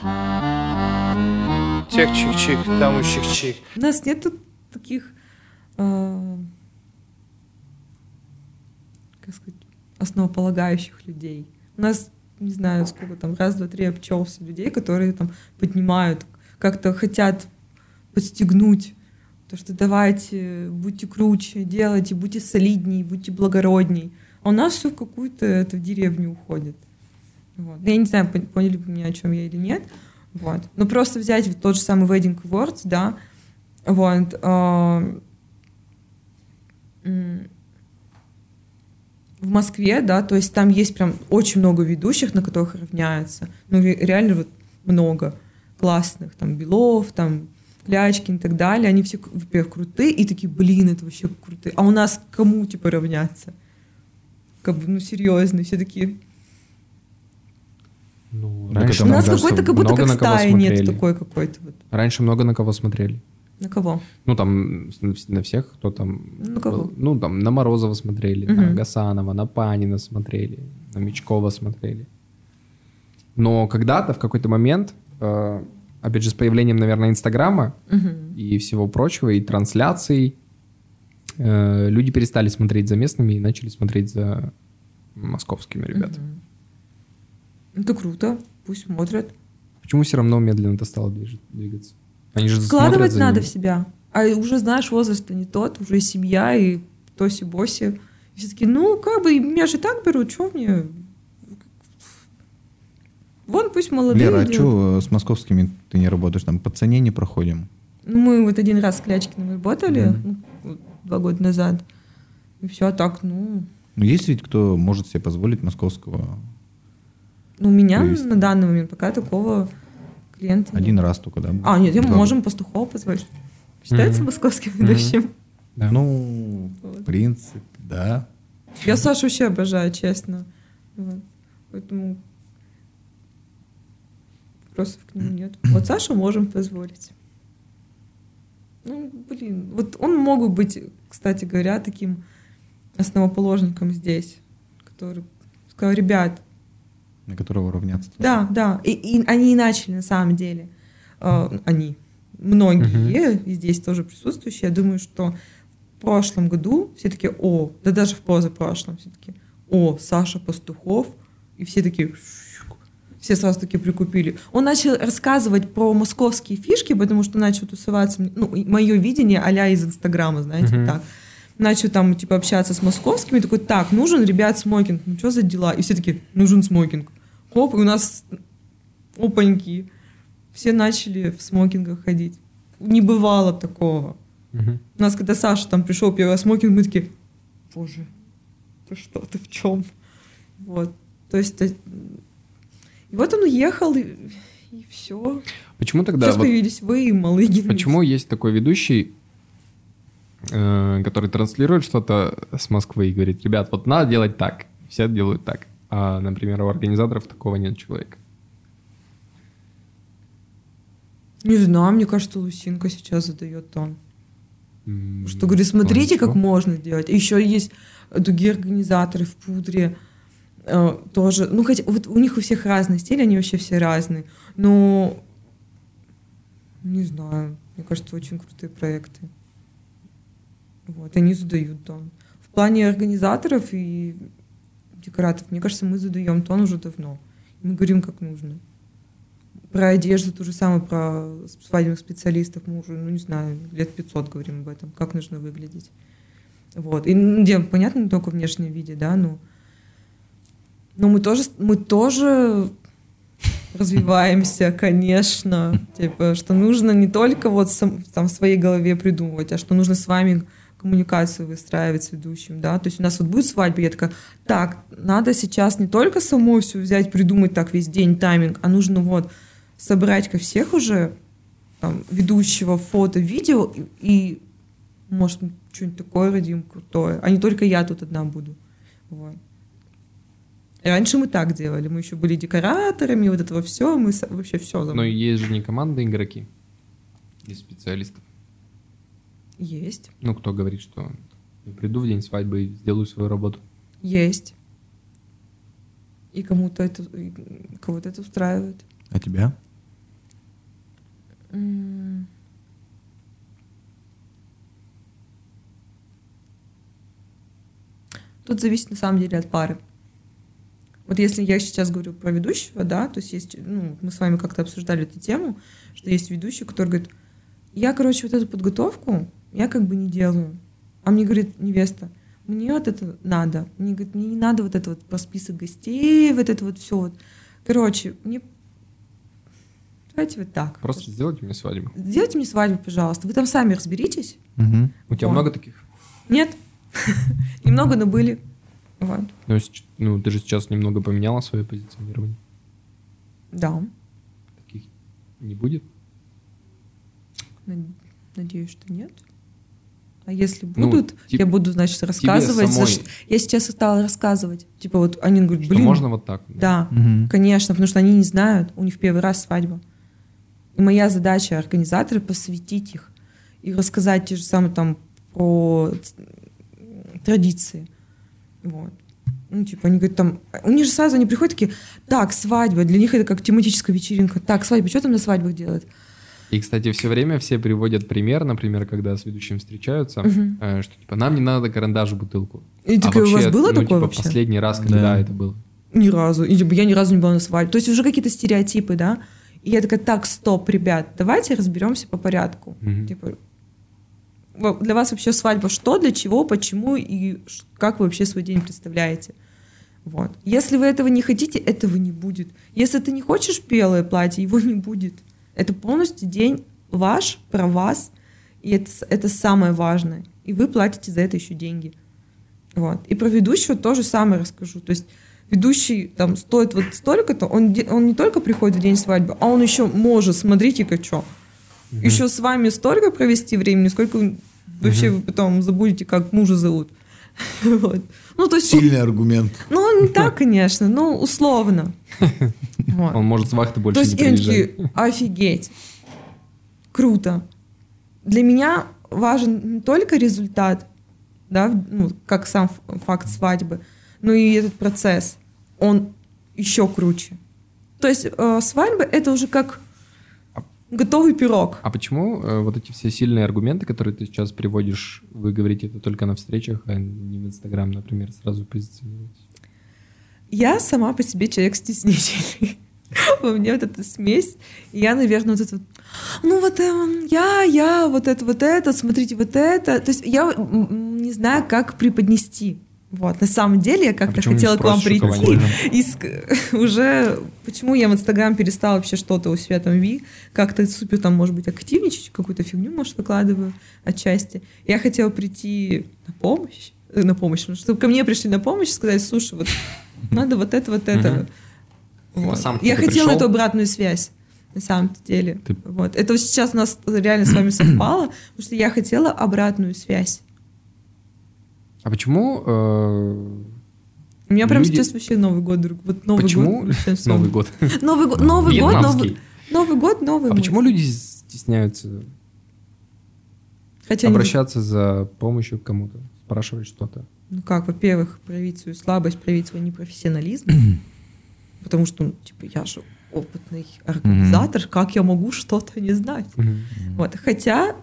Тех чих-чих, там и чих-чих. У нас нет таких, основополагающих людей. У нас, не знаю, сколько там, 1, 2, 3 обчелся людей, которые там поднимают, как-то хотят подстегнуть. То, что давайте, будьте круче, делайте, будьте солидней, будьте благородней. А у нас все в какую-то в деревню уходит. Вот. Я не знаю, поняли бы меня, о чем я или нет. Вот. Но просто взять тот же самый Wedding Awards, да, вот, в Москве, да, то есть там есть прям очень много ведущих, на которых равняются. Реально много классных, там, Белов, там, Клячкин и так далее. Они все, во-первых, крутые, и такие, это вообще крутые. А у нас кому, равняться? Серьезно, все такие... У нас какой-то, как будто как стаи нет такой какой-то. Раньше много на кого смотрели. На кого? На всех, кто там... На кого? На Морозова смотрели, на Гасанова, на Панина смотрели, на Мечкова смотрели. Но когда-то, в какой-то момент, опять же, с появлением, наверное, Инстаграма и всего прочего, и трансляций, люди перестали смотреть за местными и начали смотреть за московскими ребятами. Это круто, пусть смотрят. Почему все равно медленно это стало двигаться? Они же вкладывать надо в себя. А уже, знаешь, возраст-то не тот, уже и семья, и тоси-боси. И все таки меня же так берут, что мне... Вон пусть молодые Лера, делают. а что с московскими ты не работаешь? Там по цене не проходим? Мы вот один раз с Клячкиным работали, 2 года назад. И все, а так, есть ведь кто может себе позволить московского... У меня вывести? на данный момент пока такого клиента нет. Один раз только, да? Мы можем Пастухова позволить. Считается московским ведущим? Да. В принципе, да. Я Сашу вообще обожаю, честно. Вот. Поэтому вопросов к нему нет. Вот Сашу можем позволить. Вот он мог бы быть, кстати говоря, таким основоположником здесь, который сказал, ребят, на которого равняться. Да. И они и начали, на самом деле. Многие, и здесь тоже присутствующие, я думаю, что в прошлом году все таки даже в позапрошлом все таки Саша Пастухов, и все такие... Все сразу таки прикупили. Он начал рассказывать про московские фишки, потому что начал тусоваться, мое видение а-ля из Инстаграма, знаете, так. Начал там, общаться с московскими, такой, так, нужен, ребят, смокинг, что за дела? И все таки нужен смокинг. Хоп, и у нас опаньки. Все начали в смокингах ходить. Не бывало такого. У нас, когда Саша там пришел первый раз в смокинг, мы такие, боже, ты что, ты в чем? Вот. То есть... И вот он уехал, и все. Почему тогда... Сейчас появились вы и Малыгин. Почему есть такой ведущий, который транслирует что-то с Москвы и говорит, ребят, вот надо делать так. Все делают так. А, например, у организаторов такого нет человека. Не знаю, мне кажется, Лусинка сейчас задает тон. Что говорит, смотрите, как можно делать. Еще есть другие организаторы в Пудре. Тоже. Ну, хотя вот у них у всех разный стиль, они вообще все разные. Но не знаю, мне кажется, очень крутые проекты. Вот, они задают тон. В плане организаторов и декораторов, мне кажется, мы задаем тон уже давно. Мы говорим, как нужно. Про одежду то же самое, про свадебных специалистов мы уже, ну не знаю, лет 500 говорим об этом, как нужно выглядеть. Вот. И где, понятно, не только в внешнем виде, да, но мы тоже развиваемся, конечно. Типа, что нужно не только вот там в своей голове придумывать, а что нужно с вами коммуникацию выстраивать с ведущим, да. То есть у нас вот будет свадьба, я такая, так, надо сейчас не только самой все взять, придумать так весь день тайминг, а нужно вот собрать ко всех уже там, ведущего, фото, видео и может, что-нибудь такое родим крутое, а не только я тут одна буду. Вот. И раньше мы так делали, мы еще были декораторами, вот этого все, мы вообще все забыли. Но есть же не команда игроки, есть специалисты. Есть. Ну, кто говорит, что приду в день свадьбы и сделаю свою работу. Есть. И кого-то это устраивает. А тебя? Тут зависит на самом деле от пары. Вот если я сейчас говорю про ведущего, да, то есть ну, мы с вами как-то обсуждали эту тему, что есть ведущий, который говорит, я, короче, вот эту подготовку я как бы не делаю. А мне говорит невеста, мне вот это надо. Мне говорит, мне не надо вот это вот про список гостей, вот это вот все вот. Короче, мне... Давайте вот так. Просто сделайте мне свадьбу. Сделайте мне свадьбу, пожалуйста. Вы там сами разберитесь. Угу. У тебя много таких? Нет. Немного, но были. Вот. Ну, ты же сейчас немного поменяла свое позиционирование. Да. Таких не будет? Надеюсь, что нет. А если будут, Ну, я буду, значит, рассказывать. самой... Я сейчас стала рассказывать. Типа вот они говорят, Что блин. можно вот так? Да, Мгм. конечно, потому что они не знают, у них первый раз свадьба. И моя задача организатора посвятить их и рассказать те же самые там про традиции. Вот. Ну, типа, они говорят, там, у них же сразу они приходят такие, так, свадьба, для них это как тематическая вечеринка. Так, свадьба, что там на свадьбах делают? И, кстати, все время все приводят пример, например, когда с ведущим встречаются, что типа нам не надо карандаш в бутылку. И такое, у вас было такое типа, вообще? Последний раз, когда Да. это было. Ни разу. И я ни разу не была на свадьбе. То есть уже какие-то стереотипы, да? И я такая, так, стоп, ребят, давайте разберемся по порядку. Мгм. Типа, для вас вообще свадьба что, для чего, почему и как вы вообще свой день представляете? Вот. Если вы этого не хотите, этого не будет. Если ты не хочешь белое платье, его не будет. Это полностью день ваш, про вас, и это самое важное. И вы платите за это еще деньги. Вот. И про ведущего то же самое расскажу. То есть ведущий там стоит вот столько-то, он не только приходит в день свадьбы, а он еще может, смотрите-ка, что. Еще с вами столько провести времени, сколько вообще вы потом забудете, как мужа зовут. Вот. Ну, то есть, Сильный аргумент. ну, не так, конечно, но условно. Вот. Он может с вахты То больше есть не они приезжать. такие, офигеть, круто. Для меня важен не только результат, да, ну, как сам факт свадьбы, но и этот процесс, он еще круче. То есть свадьба — это уже как готовый пирог. А почему вот эти все сильные аргументы, которые ты сейчас приводишь, вы говорите это только на встречах, а не в Инстаграм, например, сразу позиционируете? Я сама по себе человек стеснительный. Во мне вот эта смесь. И я, наверное, вот это вот, ну вот я, вот это, смотрите, вот это. То есть я не знаю, как преподнести. Вот, на самом деле я как-то почему не хотела к вам спросишь у прийти. кого-нибудь? Уже, почему я в Инстаграм перестала вообще что-то у себя там как-то супер там, может быть, активничать, какую-то фигню, может, выкладываю отчасти. Я хотела прийти на помощь, чтобы ко мне пришли на помощь и сказать, слушай, вот надо вот это. Вот. А сам Я кто-то хотела пришел? эту обратную связь. на самом деле. Ты- Вот. Это вот сейчас у нас реально с вами совпало, потому что я хотела обратную связь. А почему... У меня прям Люди- сейчас вообще Новый год, друг. Вот Новый Почему год. вообще всё. Новый год? Новый год, Новый год, Вьетнамский. Новый год, Новый А мой. почему люди стесняются Хотя они- обращаться за помощью к кому-то, спрашивать что-то? Ну как, во-первых, проявить свою слабость, проявить свой непрофессионализм. Потому что, ну, типа, я же опытный организатор, как я могу что-то не знать? Вот. Хотя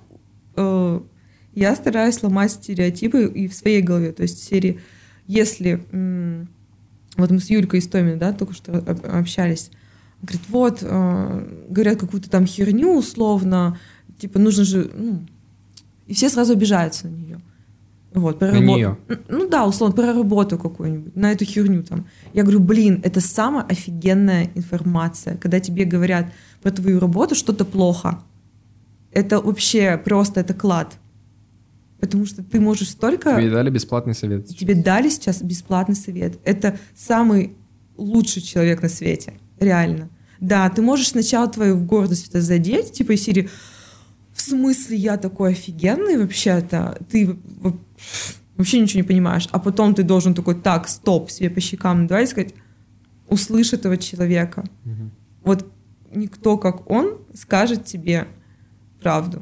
я стараюсь ломать стереотипы и в своей голове. То есть в серии, если... вот мы с Юлькой Истоминой, да, только что общались. Он говорит, вот, говорят какую-то там херню условно, типа, нужно же... Ну, и все сразу обижаются на нее. Вот, На нее? Ну да, условно, про работу какую-нибудь, на эту херню там. Я говорю, блин, это самая офигенная информация, когда тебе говорят про твою работу что-то плохо. Это вообще просто, это клад. Потому что ты можешь столько... Тебе дали бесплатный совет. Тебе дали сейчас бесплатный совет. Это самый лучший человек на свете. Реально. Да, ты можешь сначала твою гордость это задеть, типа из серии «В смысле я такой офигенный вообще-то?» Ты вообще ничего не понимаешь. А потом ты должен такой «Так, стоп», себе по щекам надавать и сказать «Услышь этого человека». Вот никто, как он, скажет тебе правду.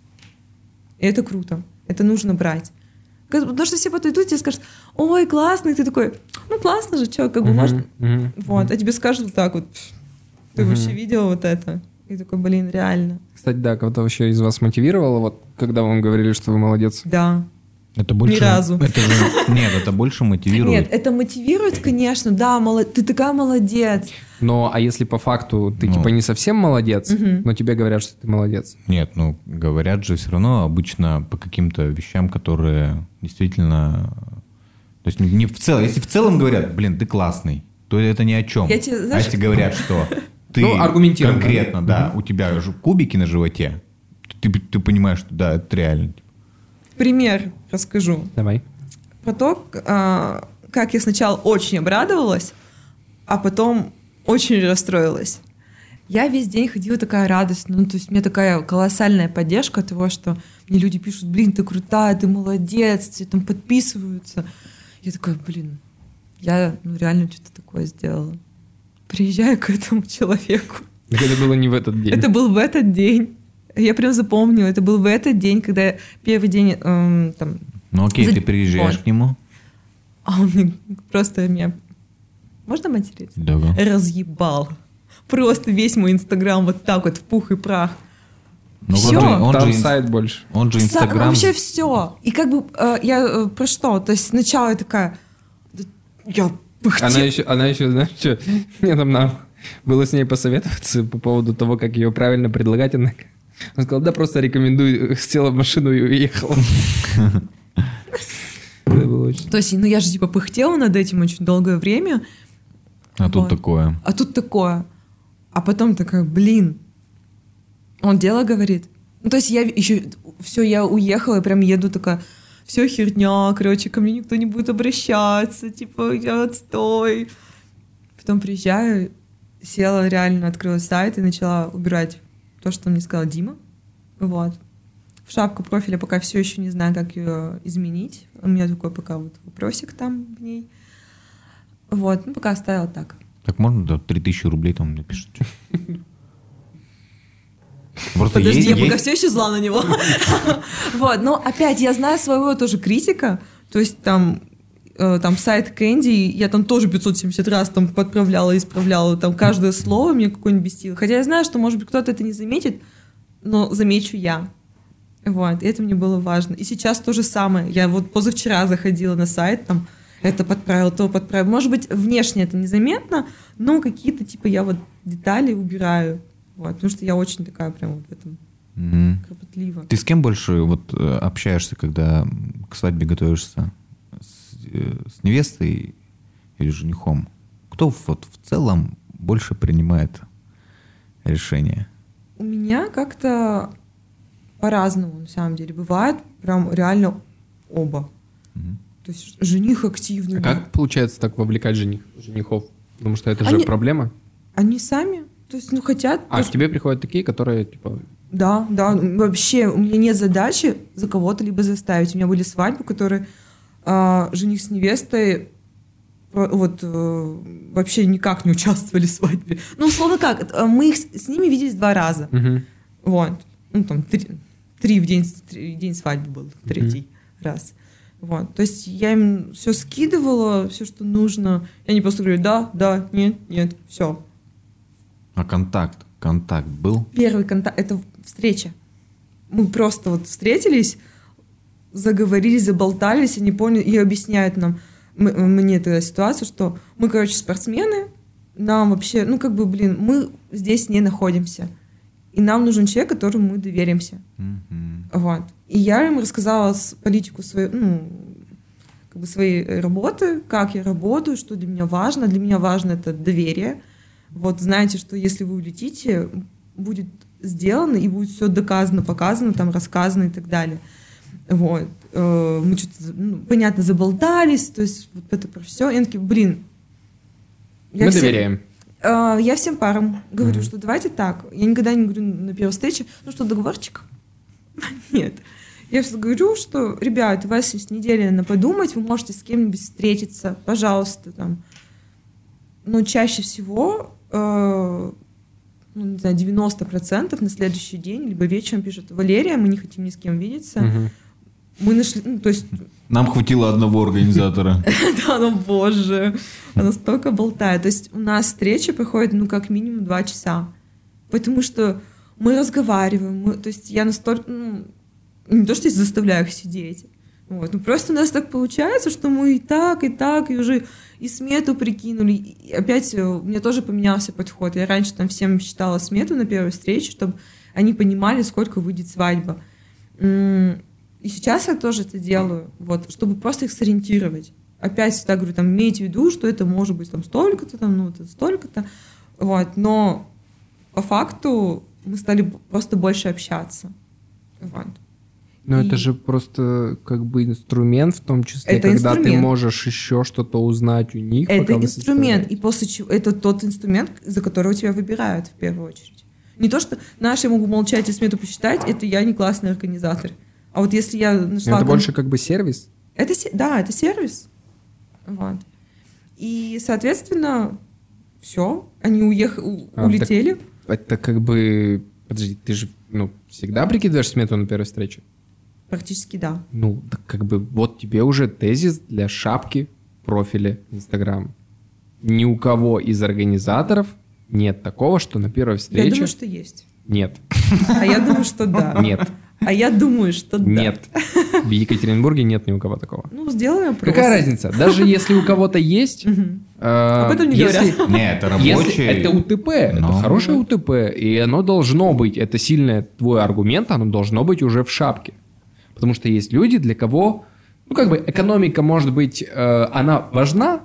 И это круто. Это нужно брать. Потому что все подойдут и тебе скажут, ой, классный, ты такой, ну классно же, что, как бы, может... Вот, а тебе скажут вот так вот, ты вообще видел вот это? И такой, блин, реально. Кстати, да, кого-то вообще из вас мотивировало, вот, когда вам говорили, что вы молодец? Да. Это больше... Ни разу. Нет, это больше мотивирует. Нет, это мотивирует, конечно, да, ты такая молодец. Но, а если по факту ты, Ну. типа, не совсем молодец, но тебе говорят, что ты молодец? Нет, ну, говорят же все равно обычно по каким-то вещам, которые действительно... То есть не в целом... Если в целом говорят, блин, ты классный, то это ни о чем. Я тебе, А знаешь- если говорят, что ты Ну, аргументированно. конкретно, да, у тебя же кубики на животе, ты понимаешь, что да, это реально. Пример расскажу. Давай. Про то, как я сначала очень обрадовалась, а потом очень расстроилась. Я весь день ходила такая радость, ну, то есть у меня такая колоссальная поддержка от того, что мне люди пишут, блин, ты крутая, ты молодец, все там подписываются. Я такая, блин, я реально что-то такое сделала. Приезжаю к этому человеку. Так это было не в этот день. Это был в этот день. Я прям запомнила, это был в этот день, когда я первый день там... Ну окей, ты приезжаешь Вот. к нему. А он мне просто меня... Можно материться? Да. Разъебал. Просто весь мой Инстаграм вот так вот в пух и прах. Ну, Всё. Там сайт больше. Он же Инстаграм... Вообще все. И как бы я про что? То есть сначала я такая... да Я пыхтела. Она еще, знаешь, что? Мне там надо было с ней посоветоваться по поводу того, как ее правильно предлагать. Она сказала, да, просто рекомендую. Села в машину и уехала. Это было очень... То есть, ну я же типа пыхтела над этим очень долгое время. А тут Вот. такое. А тут такое. А потом такая, блин, он дело говорит. Ну, то есть я еще, все, я уехала, и прям еду такая, все херня, короче, ко мне никто не будет обращаться, типа, я отстой. Потом приезжаю, села, реально открыла сайт и начала убирать то, что мне сказал Дима. Вот. В шапку профиля пока все еще не знаю, как ее изменить. У меня такой пока вот вопросик там в ней. Вот, ну, пока оставила так. Так можно, да, 3000 рублей там мне пишут. Просто Подожди, я пока есть- все еще зла на него. Вот, но опять я знаю своего тоже критика, то есть там сайт Кэнди, я там тоже 570 раз там подправляла, исправляла, там каждое слово мне какое-нибудь бесило. Хотя я знаю, что, может быть, кто-то это не заметит, но замечу я. Вот, и это мне было важно. И сейчас то же самое. Я вот позавчера заходила на сайт, там, это подправил, то подправил. Может быть, внешне это незаметно, но какие-то, типа, я вот детали убираю. Вот, потому что я очень такая прям вот в этом Мгм. кропотлива. Ты с кем больше вот общаешься, когда к свадьбе готовишься? С невестой или женихом? Кто вот в целом больше принимает решение? У меня как-то по-разному, на самом деле. Бывает прям реально оба. Мгм. То есть жених активный. А как получается так вовлекать женихов? Потому что это же Они- проблема. Они сами. то есть, хотят... А к тебе приходят такие, которые, типа... Да, вообще у меня нет задачи за кого-то либо заставить. У меня были свадьбы, которые жених с невестой вообще никак не участвовали в свадьбе. Ну, условно как, мы с ними виделись 2 раза. Вот. Ну, там, 3 в день свадьбы был, 3-й раз. Вот. То есть я им все скидывала, все, что нужно. И они просто говорят, да, нет, все. А контакт был? Первый контакт — это встреча. Мы просто встретились, заговорились, заболтались, они поняли, и объясняют мне эту ситуацию, что мы, спортсмены, нам вообще, мы здесь не находимся. И нам нужен человек, которому мы доверимся. Вот. И я им рассказала политику своей работы, как я работаю, что для меня важно. Для меня важно это доверие. Вот знаете, что если вы улетите, будет сделано и будет все доказано, показано, там рассказано и так далее. Вот. Мы что-то, понятно, заболтались, то есть вот это про все. И они такие, мы доверяем. Я всем парам говорю, что давайте так. Я никогда не говорю на первой встрече, договорчик? Нет. Я всегда говорю, что, ребят, у вас есть неделя на подумать, вы можете с кем-нибудь встретиться, пожалуйста, там. Но чаще всего, 90% на следующий день, либо вечером пишут: Валерия, мы не хотим ни с кем видеться. Мы нашли, то есть... Нам хватило одного организатора. Да, боже, она столько болтает. То есть у нас встреча проходит, как минимум 2 часа. Потому что мы разговариваем, то есть я настолько, не то, что я заставляю их сидеть. Вот. Просто у нас так получается, что мы и так, и уже и смету прикинули. И опять у меня тоже поменялся подход. Я раньше там всем считала смету на первой встрече, чтобы они понимали, сколько выйдет свадьба. И сейчас я тоже это делаю, чтобы просто их сориентировать. Опять всегда говорю, имейте в виду, что это может быть столько-то, столько-то. Вот. Но по факту мы стали просто больше общаться. Вот. Но это же просто инструмент, в том числе, это когда инструмент. Ты можешь еще что-то узнать у них. Это инструмент, и после чего это тот инструмент, за который тебя выбирают в первую очередь. Не то, что я могу молчать и смету посчитать, это я не классный организатор. А вот если я нашла... Это больше сервис? Это сервис. Вот. И, соответственно, все, они улетели. Это Подожди, ты же всегда прикидываешь смету на первой встрече? Практически да. Вот тебе уже тезис для шапки профиля Инстаграм. Ни у кого из организаторов нет такого, что на первой встрече... Я думаю, что есть. Нет. А я думаю, что да. Нет. А я думаю, что да. Нет. В Екатеринбурге нет ни у кого такого. Сделаем опрос. Какая разница? Даже если у кого-то есть... Об этом не говорят. Нет, это рабочий. Это УТП, это хорошее УТП, и оно должно быть, это сильный твой аргумент, оно должно быть уже в шапке. Потому что есть люди, для кого, экономика, может быть, она важна,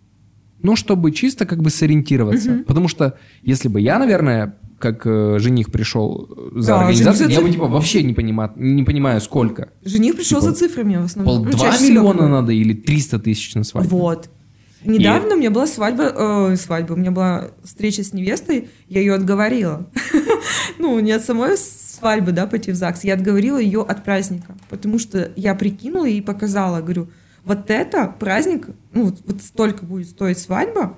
но чтобы чисто сориентироваться. Потому что если бы я, наверное, как жених пришел за организацию, я бы вообще не понимаю, сколько. Жених пришел за цифрами в основном. 2 миллиона надо или 300 тысяч на свадьбу. Вот. Недавно у меня была свадьба, у меня была встреча с невестой, я ее отговорила. Не от самой свадьбы, пойти в ЗАГС, я отговорила ее от праздника, потому что я прикинула и показала, говорю, вот это праздник, вот столько будет стоить свадьба,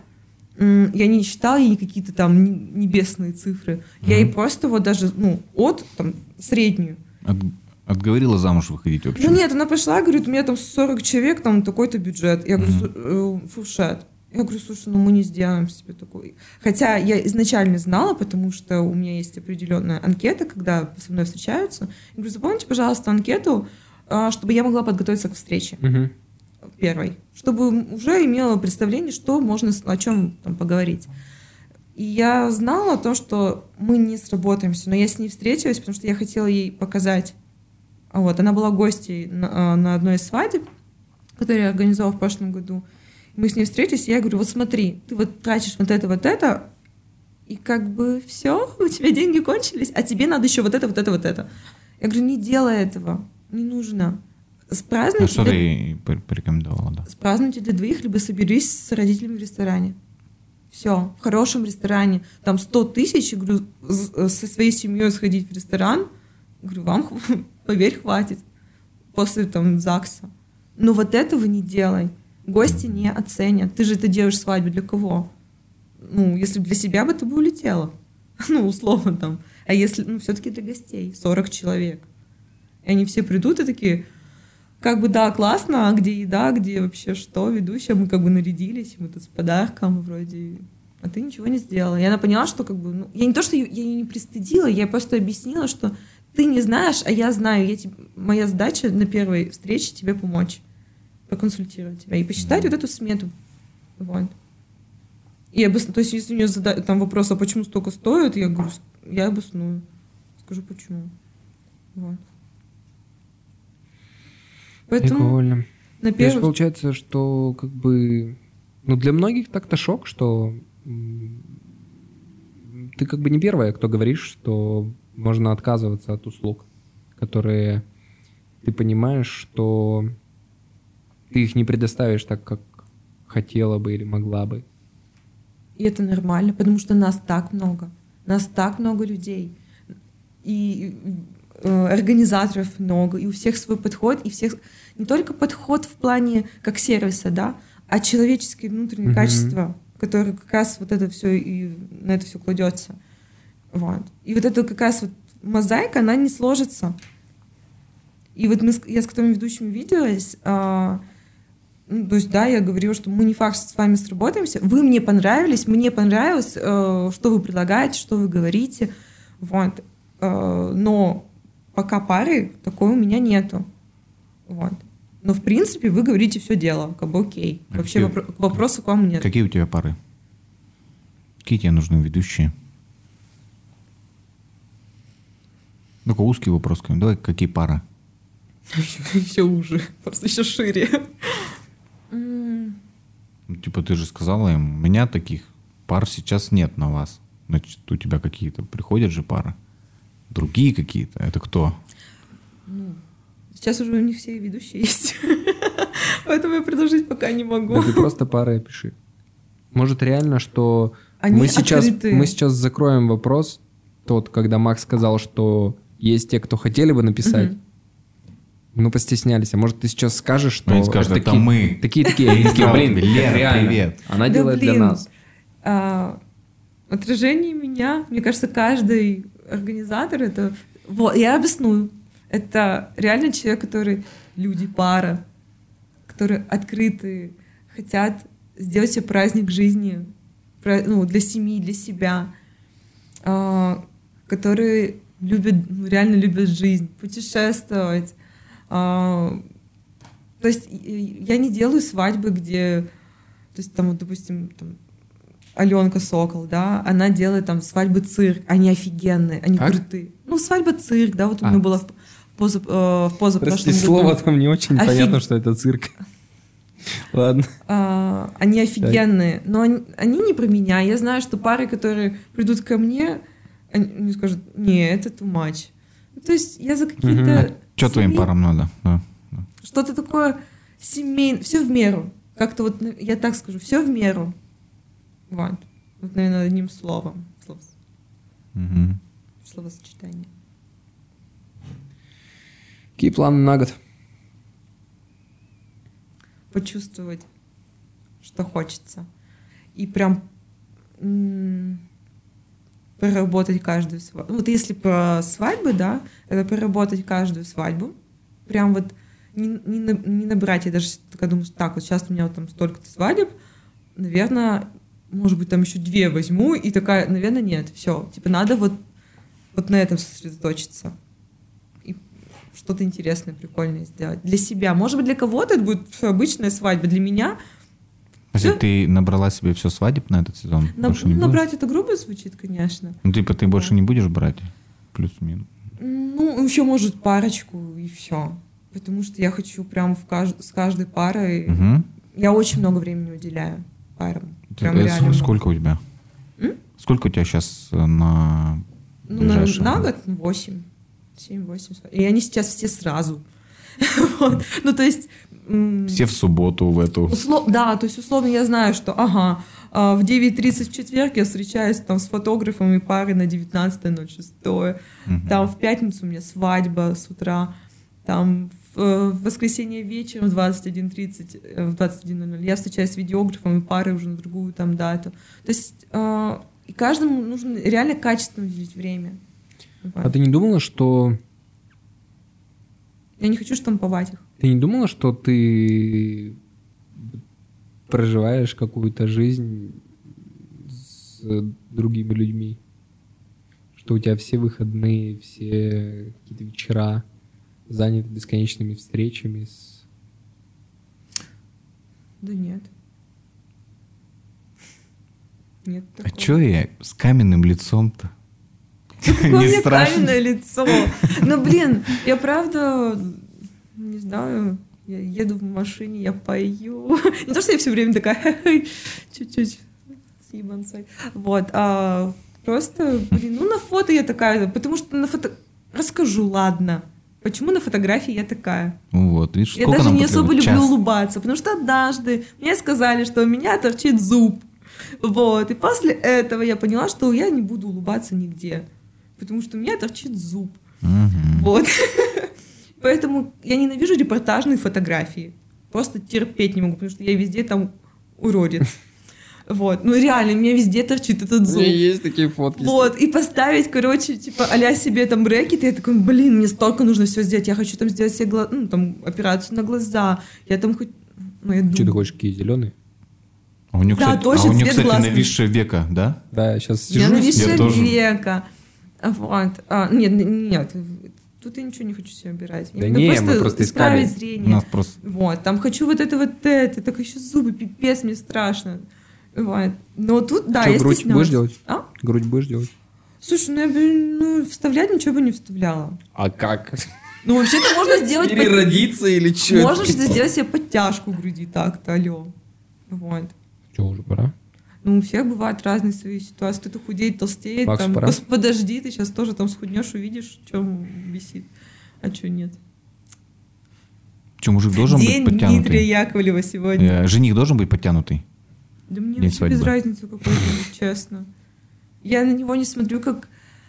я не считала ей какие-то там небесные цифры, я ей просто даже, среднюю. Отговорила замуж выходить вообще? Нет, она пошла, говорит, у меня там 40 человек, там такой-то бюджет. Я говорю, фуршет. Я говорю, слушай, мы не сделаем себе такой. Хотя я изначально знала, потому что у меня есть определенная анкета, когда со мной встречаются. Я говорю, заполните, пожалуйста, анкету, чтобы я могла подготовиться к встрече первой. Чтобы уже имела представление, что можно, о чем там поговорить. И я знала то, что мы не сработаемся, но я с ней встретилась, потому что я хотела ей показать. Она была гостьей на одной из свадеб, которую я организовала в прошлом году. Мы с ней встретились, и я говорю, смотри, ты тратишь вот это, и все, у тебя деньги кончились, а тебе надо еще вот это. Я говорю, не делай этого, не нужно. Спразднуйте. Что ты ей порекомендовала? Да? Спразднуйте для 2, либо соберись с родителями в ресторане. Все, в хорошем ресторане. Там 100 тысяч, я говорю, со своей семьей сходить в ресторан. Говорю, вам, поверь, хватит. После там ЗАГСа. Но вот этого не делай. Гости не оценят. Ты же это делаешь свадьбу для кого? Ну, если для себя бы ты бы улетела. Ну, условно там. А если, ну, все-таки для гостей. 40 человек. И они все придут и такие, как бы, да, классно, а где еда, где вообще что, ведущая? Мы как бы нарядились, мы тут с подарком вроде, а ты ничего не сделала. И она поняла, что как бы, ну, я не то, что я ее не пристыдила, я просто объяснила, что ты не знаешь, а я знаю. Моя задача на первой встрече тебе помочь, проконсультировать тебя и посчитать вот эту смету. Вот. И то есть, если у нее там вопрос, а почему столько стоит, я говорю, я обосную. Скажу, почему. Вот. Поэтому прикольно. на То есть первый... получается, что как бы... Ну, для многих так-то шок, что ты как бы не первая, кто говоришь, что можно отказываться от услуг, которые ты понимаешь, что ты их не предоставишь так, как хотела бы или могла бы. И это нормально, потому что нас так много людей. И организаторов много, и у всех свой подход, и всех не только подход в плане как сервиса, да, а человеческие внутренние качества, которые как раз вот это все и на это все кладется. Вот. И вот эта как раз вот мозаика, она не сложится. И вот я с которыми ведущими виделась, ну, то есть, да, я говорила, что мы не факт, что с вами сработаемся, вы мне понравились, мне понравилось, что вы предлагаете, что вы говорите, вот. Но пока пары такой у меня нету. Вот. Но в принципе вы говорите все дело, как бы окей. Вообще вопроса к вам нет. Какие у тебя пары? Какие тебе нужны ведущие? Только узкий вопрос. Давай, какие пары? Еще уже, просто еще шире. Типа ты же сказала им, у меня таких пар сейчас нет на вас. Значит, у тебя какие-то приходят же пары. Другие какие-то. Это кто? Ну, сейчас уже у них все ведущие есть. Поэтому я продолжить пока не могу. Да ты просто пары опиши. Может реально, что мы сейчас закроем вопрос, тот, когда Макс сказал, что есть те, кто хотели бы написать, мы постеснялись. А может, ты сейчас скажешь, что... Они скажут, это мы. Такие, блин, реально. Привет. Она делает для нас. Отражение меня, мне кажется, каждый организатор, это... Вот, я объясню. Это реально человек, который... Люди, пара, которые открытые, хотят сделать себе праздник жизни, ну, для семьи, для себя, которые реально любят жизнь, путешествовать. То есть я не делаю свадьбы, где, то есть там, вот, допустим, там, Аленка Сокол, да, она делает там свадьбы-цирк, они офигенные, они крутые. Ну, свадьба-цирк, да, вот у меня была в позапрошлом Прости, году. слово там не очень понятно, что это цирк. Ладно. Они офигенные, но они не про меня. Я знаю, что пары, которые придут ко мне, они скажут, не, это too much. То есть я за какие-то... Что твоим парам надо? Да. Что-то такое семейное, все в меру. Как-то вот, я так скажу, все в меру. Вот. Вот, наверное, одним словом. Словосочетание. Какие планы на год? Почувствовать, что хочется. И прям проработать каждую свадьбу. Вот если про свадьбы, да, это проработать каждую свадьбу. Прям вот не набрать. Я даже такая думаю, так, вот сейчас у меня вот там столько-то свадеб, наверное, может быть, там еще 2 возьму, и такая, наверное, нет, все. Типа надо вот на этом сосредоточиться. И что-то интересное, прикольное сделать. Для себя. Может быть, для кого-то это будет обычная свадьба. Для меня... Значит, ты набрала себе все свадеб на этот сезон? Набрать это грубо звучит, конечно. Ну, типа ты больше не будешь брать? Плюс-минус. Ну, еще, может, парочку, и все. Потому что я хочу прям с каждой парой... Я очень много времени уделяю парам. Прям реально сколько у тебя? Сколько у тебя сейчас на ближайшие? На год 8. 7-8. И они сейчас все сразу. Вот. Ну, то есть... Все в субботу в эту. Да, то есть условно я знаю, что в 9:30 в четверг я встречаюсь там с фотографом и парой на 19:06. Там в пятницу у меня свадьба с утра. Там в воскресенье вечером в 21:30, в 21:00 я встречаюсь с видеографом и парой уже на другую там дату. То есть и каждому нужно реально качественно уделить время. А ты не думала, что... Я не хочу штамповать их. Ты не думала, что ты проживаешь какую-то жизнь с другими людьми? Что у тебя все выходные, все какие-то вечера заняты бесконечными встречами с... Да нет. Нет А такого. чё я с каменным лицом-то? Какое у Не меня страшно? каменное лицо. Ну, блин, я правда, не знаю, я еду в машине, я пою. Не то, что я все время такая, чуть-чуть с ебанцой. Вот, а просто, блин, ну, на фото я такая, потому что на фото... Расскажу, ладно. Почему на фотографии я такая? Ну вот, видишь, Я сколько даже нам не особо потребуется? люблю Час. улыбаться, потому что однажды мне сказали, что у меня торчит зуб. Вот. И после этого я поняла, что я не буду улыбаться нигде, потому что у меня торчит зуб. Мгм. Вот. Поэтому я ненавижу репортажные фотографии. Просто терпеть не могу, потому что я везде там уродец. Вот. Ну реально, у меня везде торчит этот зуб. есть такие фотки. Вот, и поставить, короче, типа, а-ля себе там брекеты, я такой, блин, мне столько нужно все сделать, я хочу там сделать себе там, операцию на глаза, я там хоть, ну, я Что ты думаю. хочешь, какие зеленые? А у нее, Да, кстати, точно, цвет кстати, глаз. нависшее века, да? Да, я сейчас Я сижу. нависшая я тоже. века. Вот. Нет, тут я ничего не хочу себе убирать. Да Именно не, мы просто исправить искали. У зрение. нас просто... Вот, там хочу вот это, так еще зубы, пипец, мне страшно. Вот. Но тут, да, Что, я грудь стесняюсь. будешь делать? А? Грудь будешь делать? Слушай, ну я бы, вставлять ничего бы не вставляла. А как? Ну, вообще-то можно сделать... Переродиться или что? Можно же сделать себе подтяжку груди так-то, алло. Вот. Что, уже пора? Ну, у всех бывают разные свои ситуации. Кто-то худеет, толстеет. Максу Там, пора? подожди, ты сейчас тоже там схуднешь, увидишь, в чем висит, а что нет. Что, мужик должен День быть подтянутый? Дмитрия Яковлева сегодня. Жених должен быть подтянутый? Да мне день вообще свадьбы. без разницы какой-то, честно. Я на него не смотрю как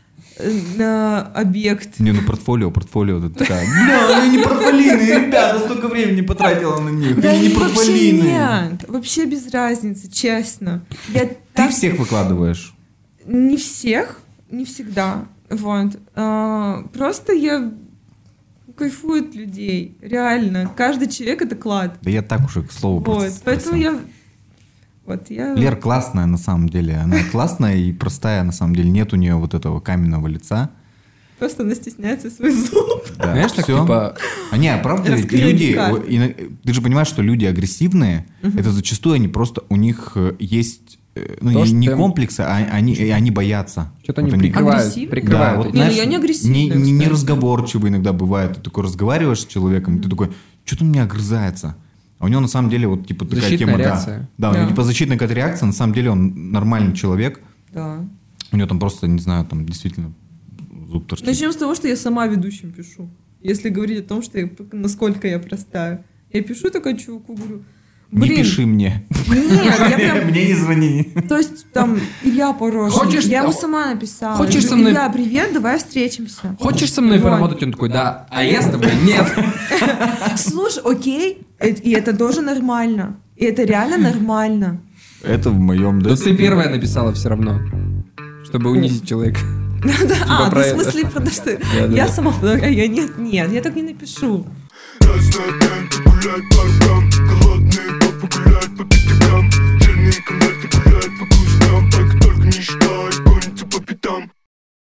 на объект. Не, ну портфолио, ты такая, бля, они не портфолийные, ребята, столько времени потратила на них, Да они не вообще портфолийные. нет, вообще без разницы, честно. Я Ты так- всех выкладываешь. Не всех, не всегда. Вот. Просто я кайфую от людей. Реально. Каждый человек — это клад. Да я так уже к слову Вот. просто Поэтому спросил. я... Лер классная на самом деле. Она классная и простая на самом деле. Нет у нее вот этого каменного лица. Просто она стесняется свой зуб. Да, Знаешь, так всё. типа... А правда, ведь Раскрыли люди... карты. Ты же понимаешь, что люди агрессивные, это зачастую они просто... У них есть... Ну, То, не что- комплексы, а они боятся. Что-то Вот они прикрывают. Агрессивные? Да, Прикрывают. вот, эти- Не, ну знаешь, я не агрессивная, кстати. неразговорчивый иногда бывает. Ты такой разговариваешь с человеком, и ты такой, что-то он меня огрызается. А у него на самом деле вот типа такая Защитная тема, реакция. да. Да, у него Да. типа защитная какая-то реакция, на самом деле он нормальный человек. Да. У него там просто, не знаю, там действительно зуб торчит. Начнем с того, что я сама ведущим пишу. Если говорить о том, что насколько я простая. Я пишу такая чуваку, говорю, Не блин, пиши мне. нет, я прям... Мне не звони. То есть там Илья Порошин, Хочешь- я ему сама написала. Хочешь Я со говорю, мной- Илья, привет, давай встретимся. Хочешь со мной Вот. поработать? Он такой, да. А я с тобой нет. Слушай, окей, и это тоже нормально. И это реально нормально. Это в моем, да? Да ты первая написала все равно. Чтобы унизить человека. А, про ты в это. смысле, потому что Да-да-да. я сама, а я нет, я так не напишу. Ясная день, погулять по рукам, голодные попугулять по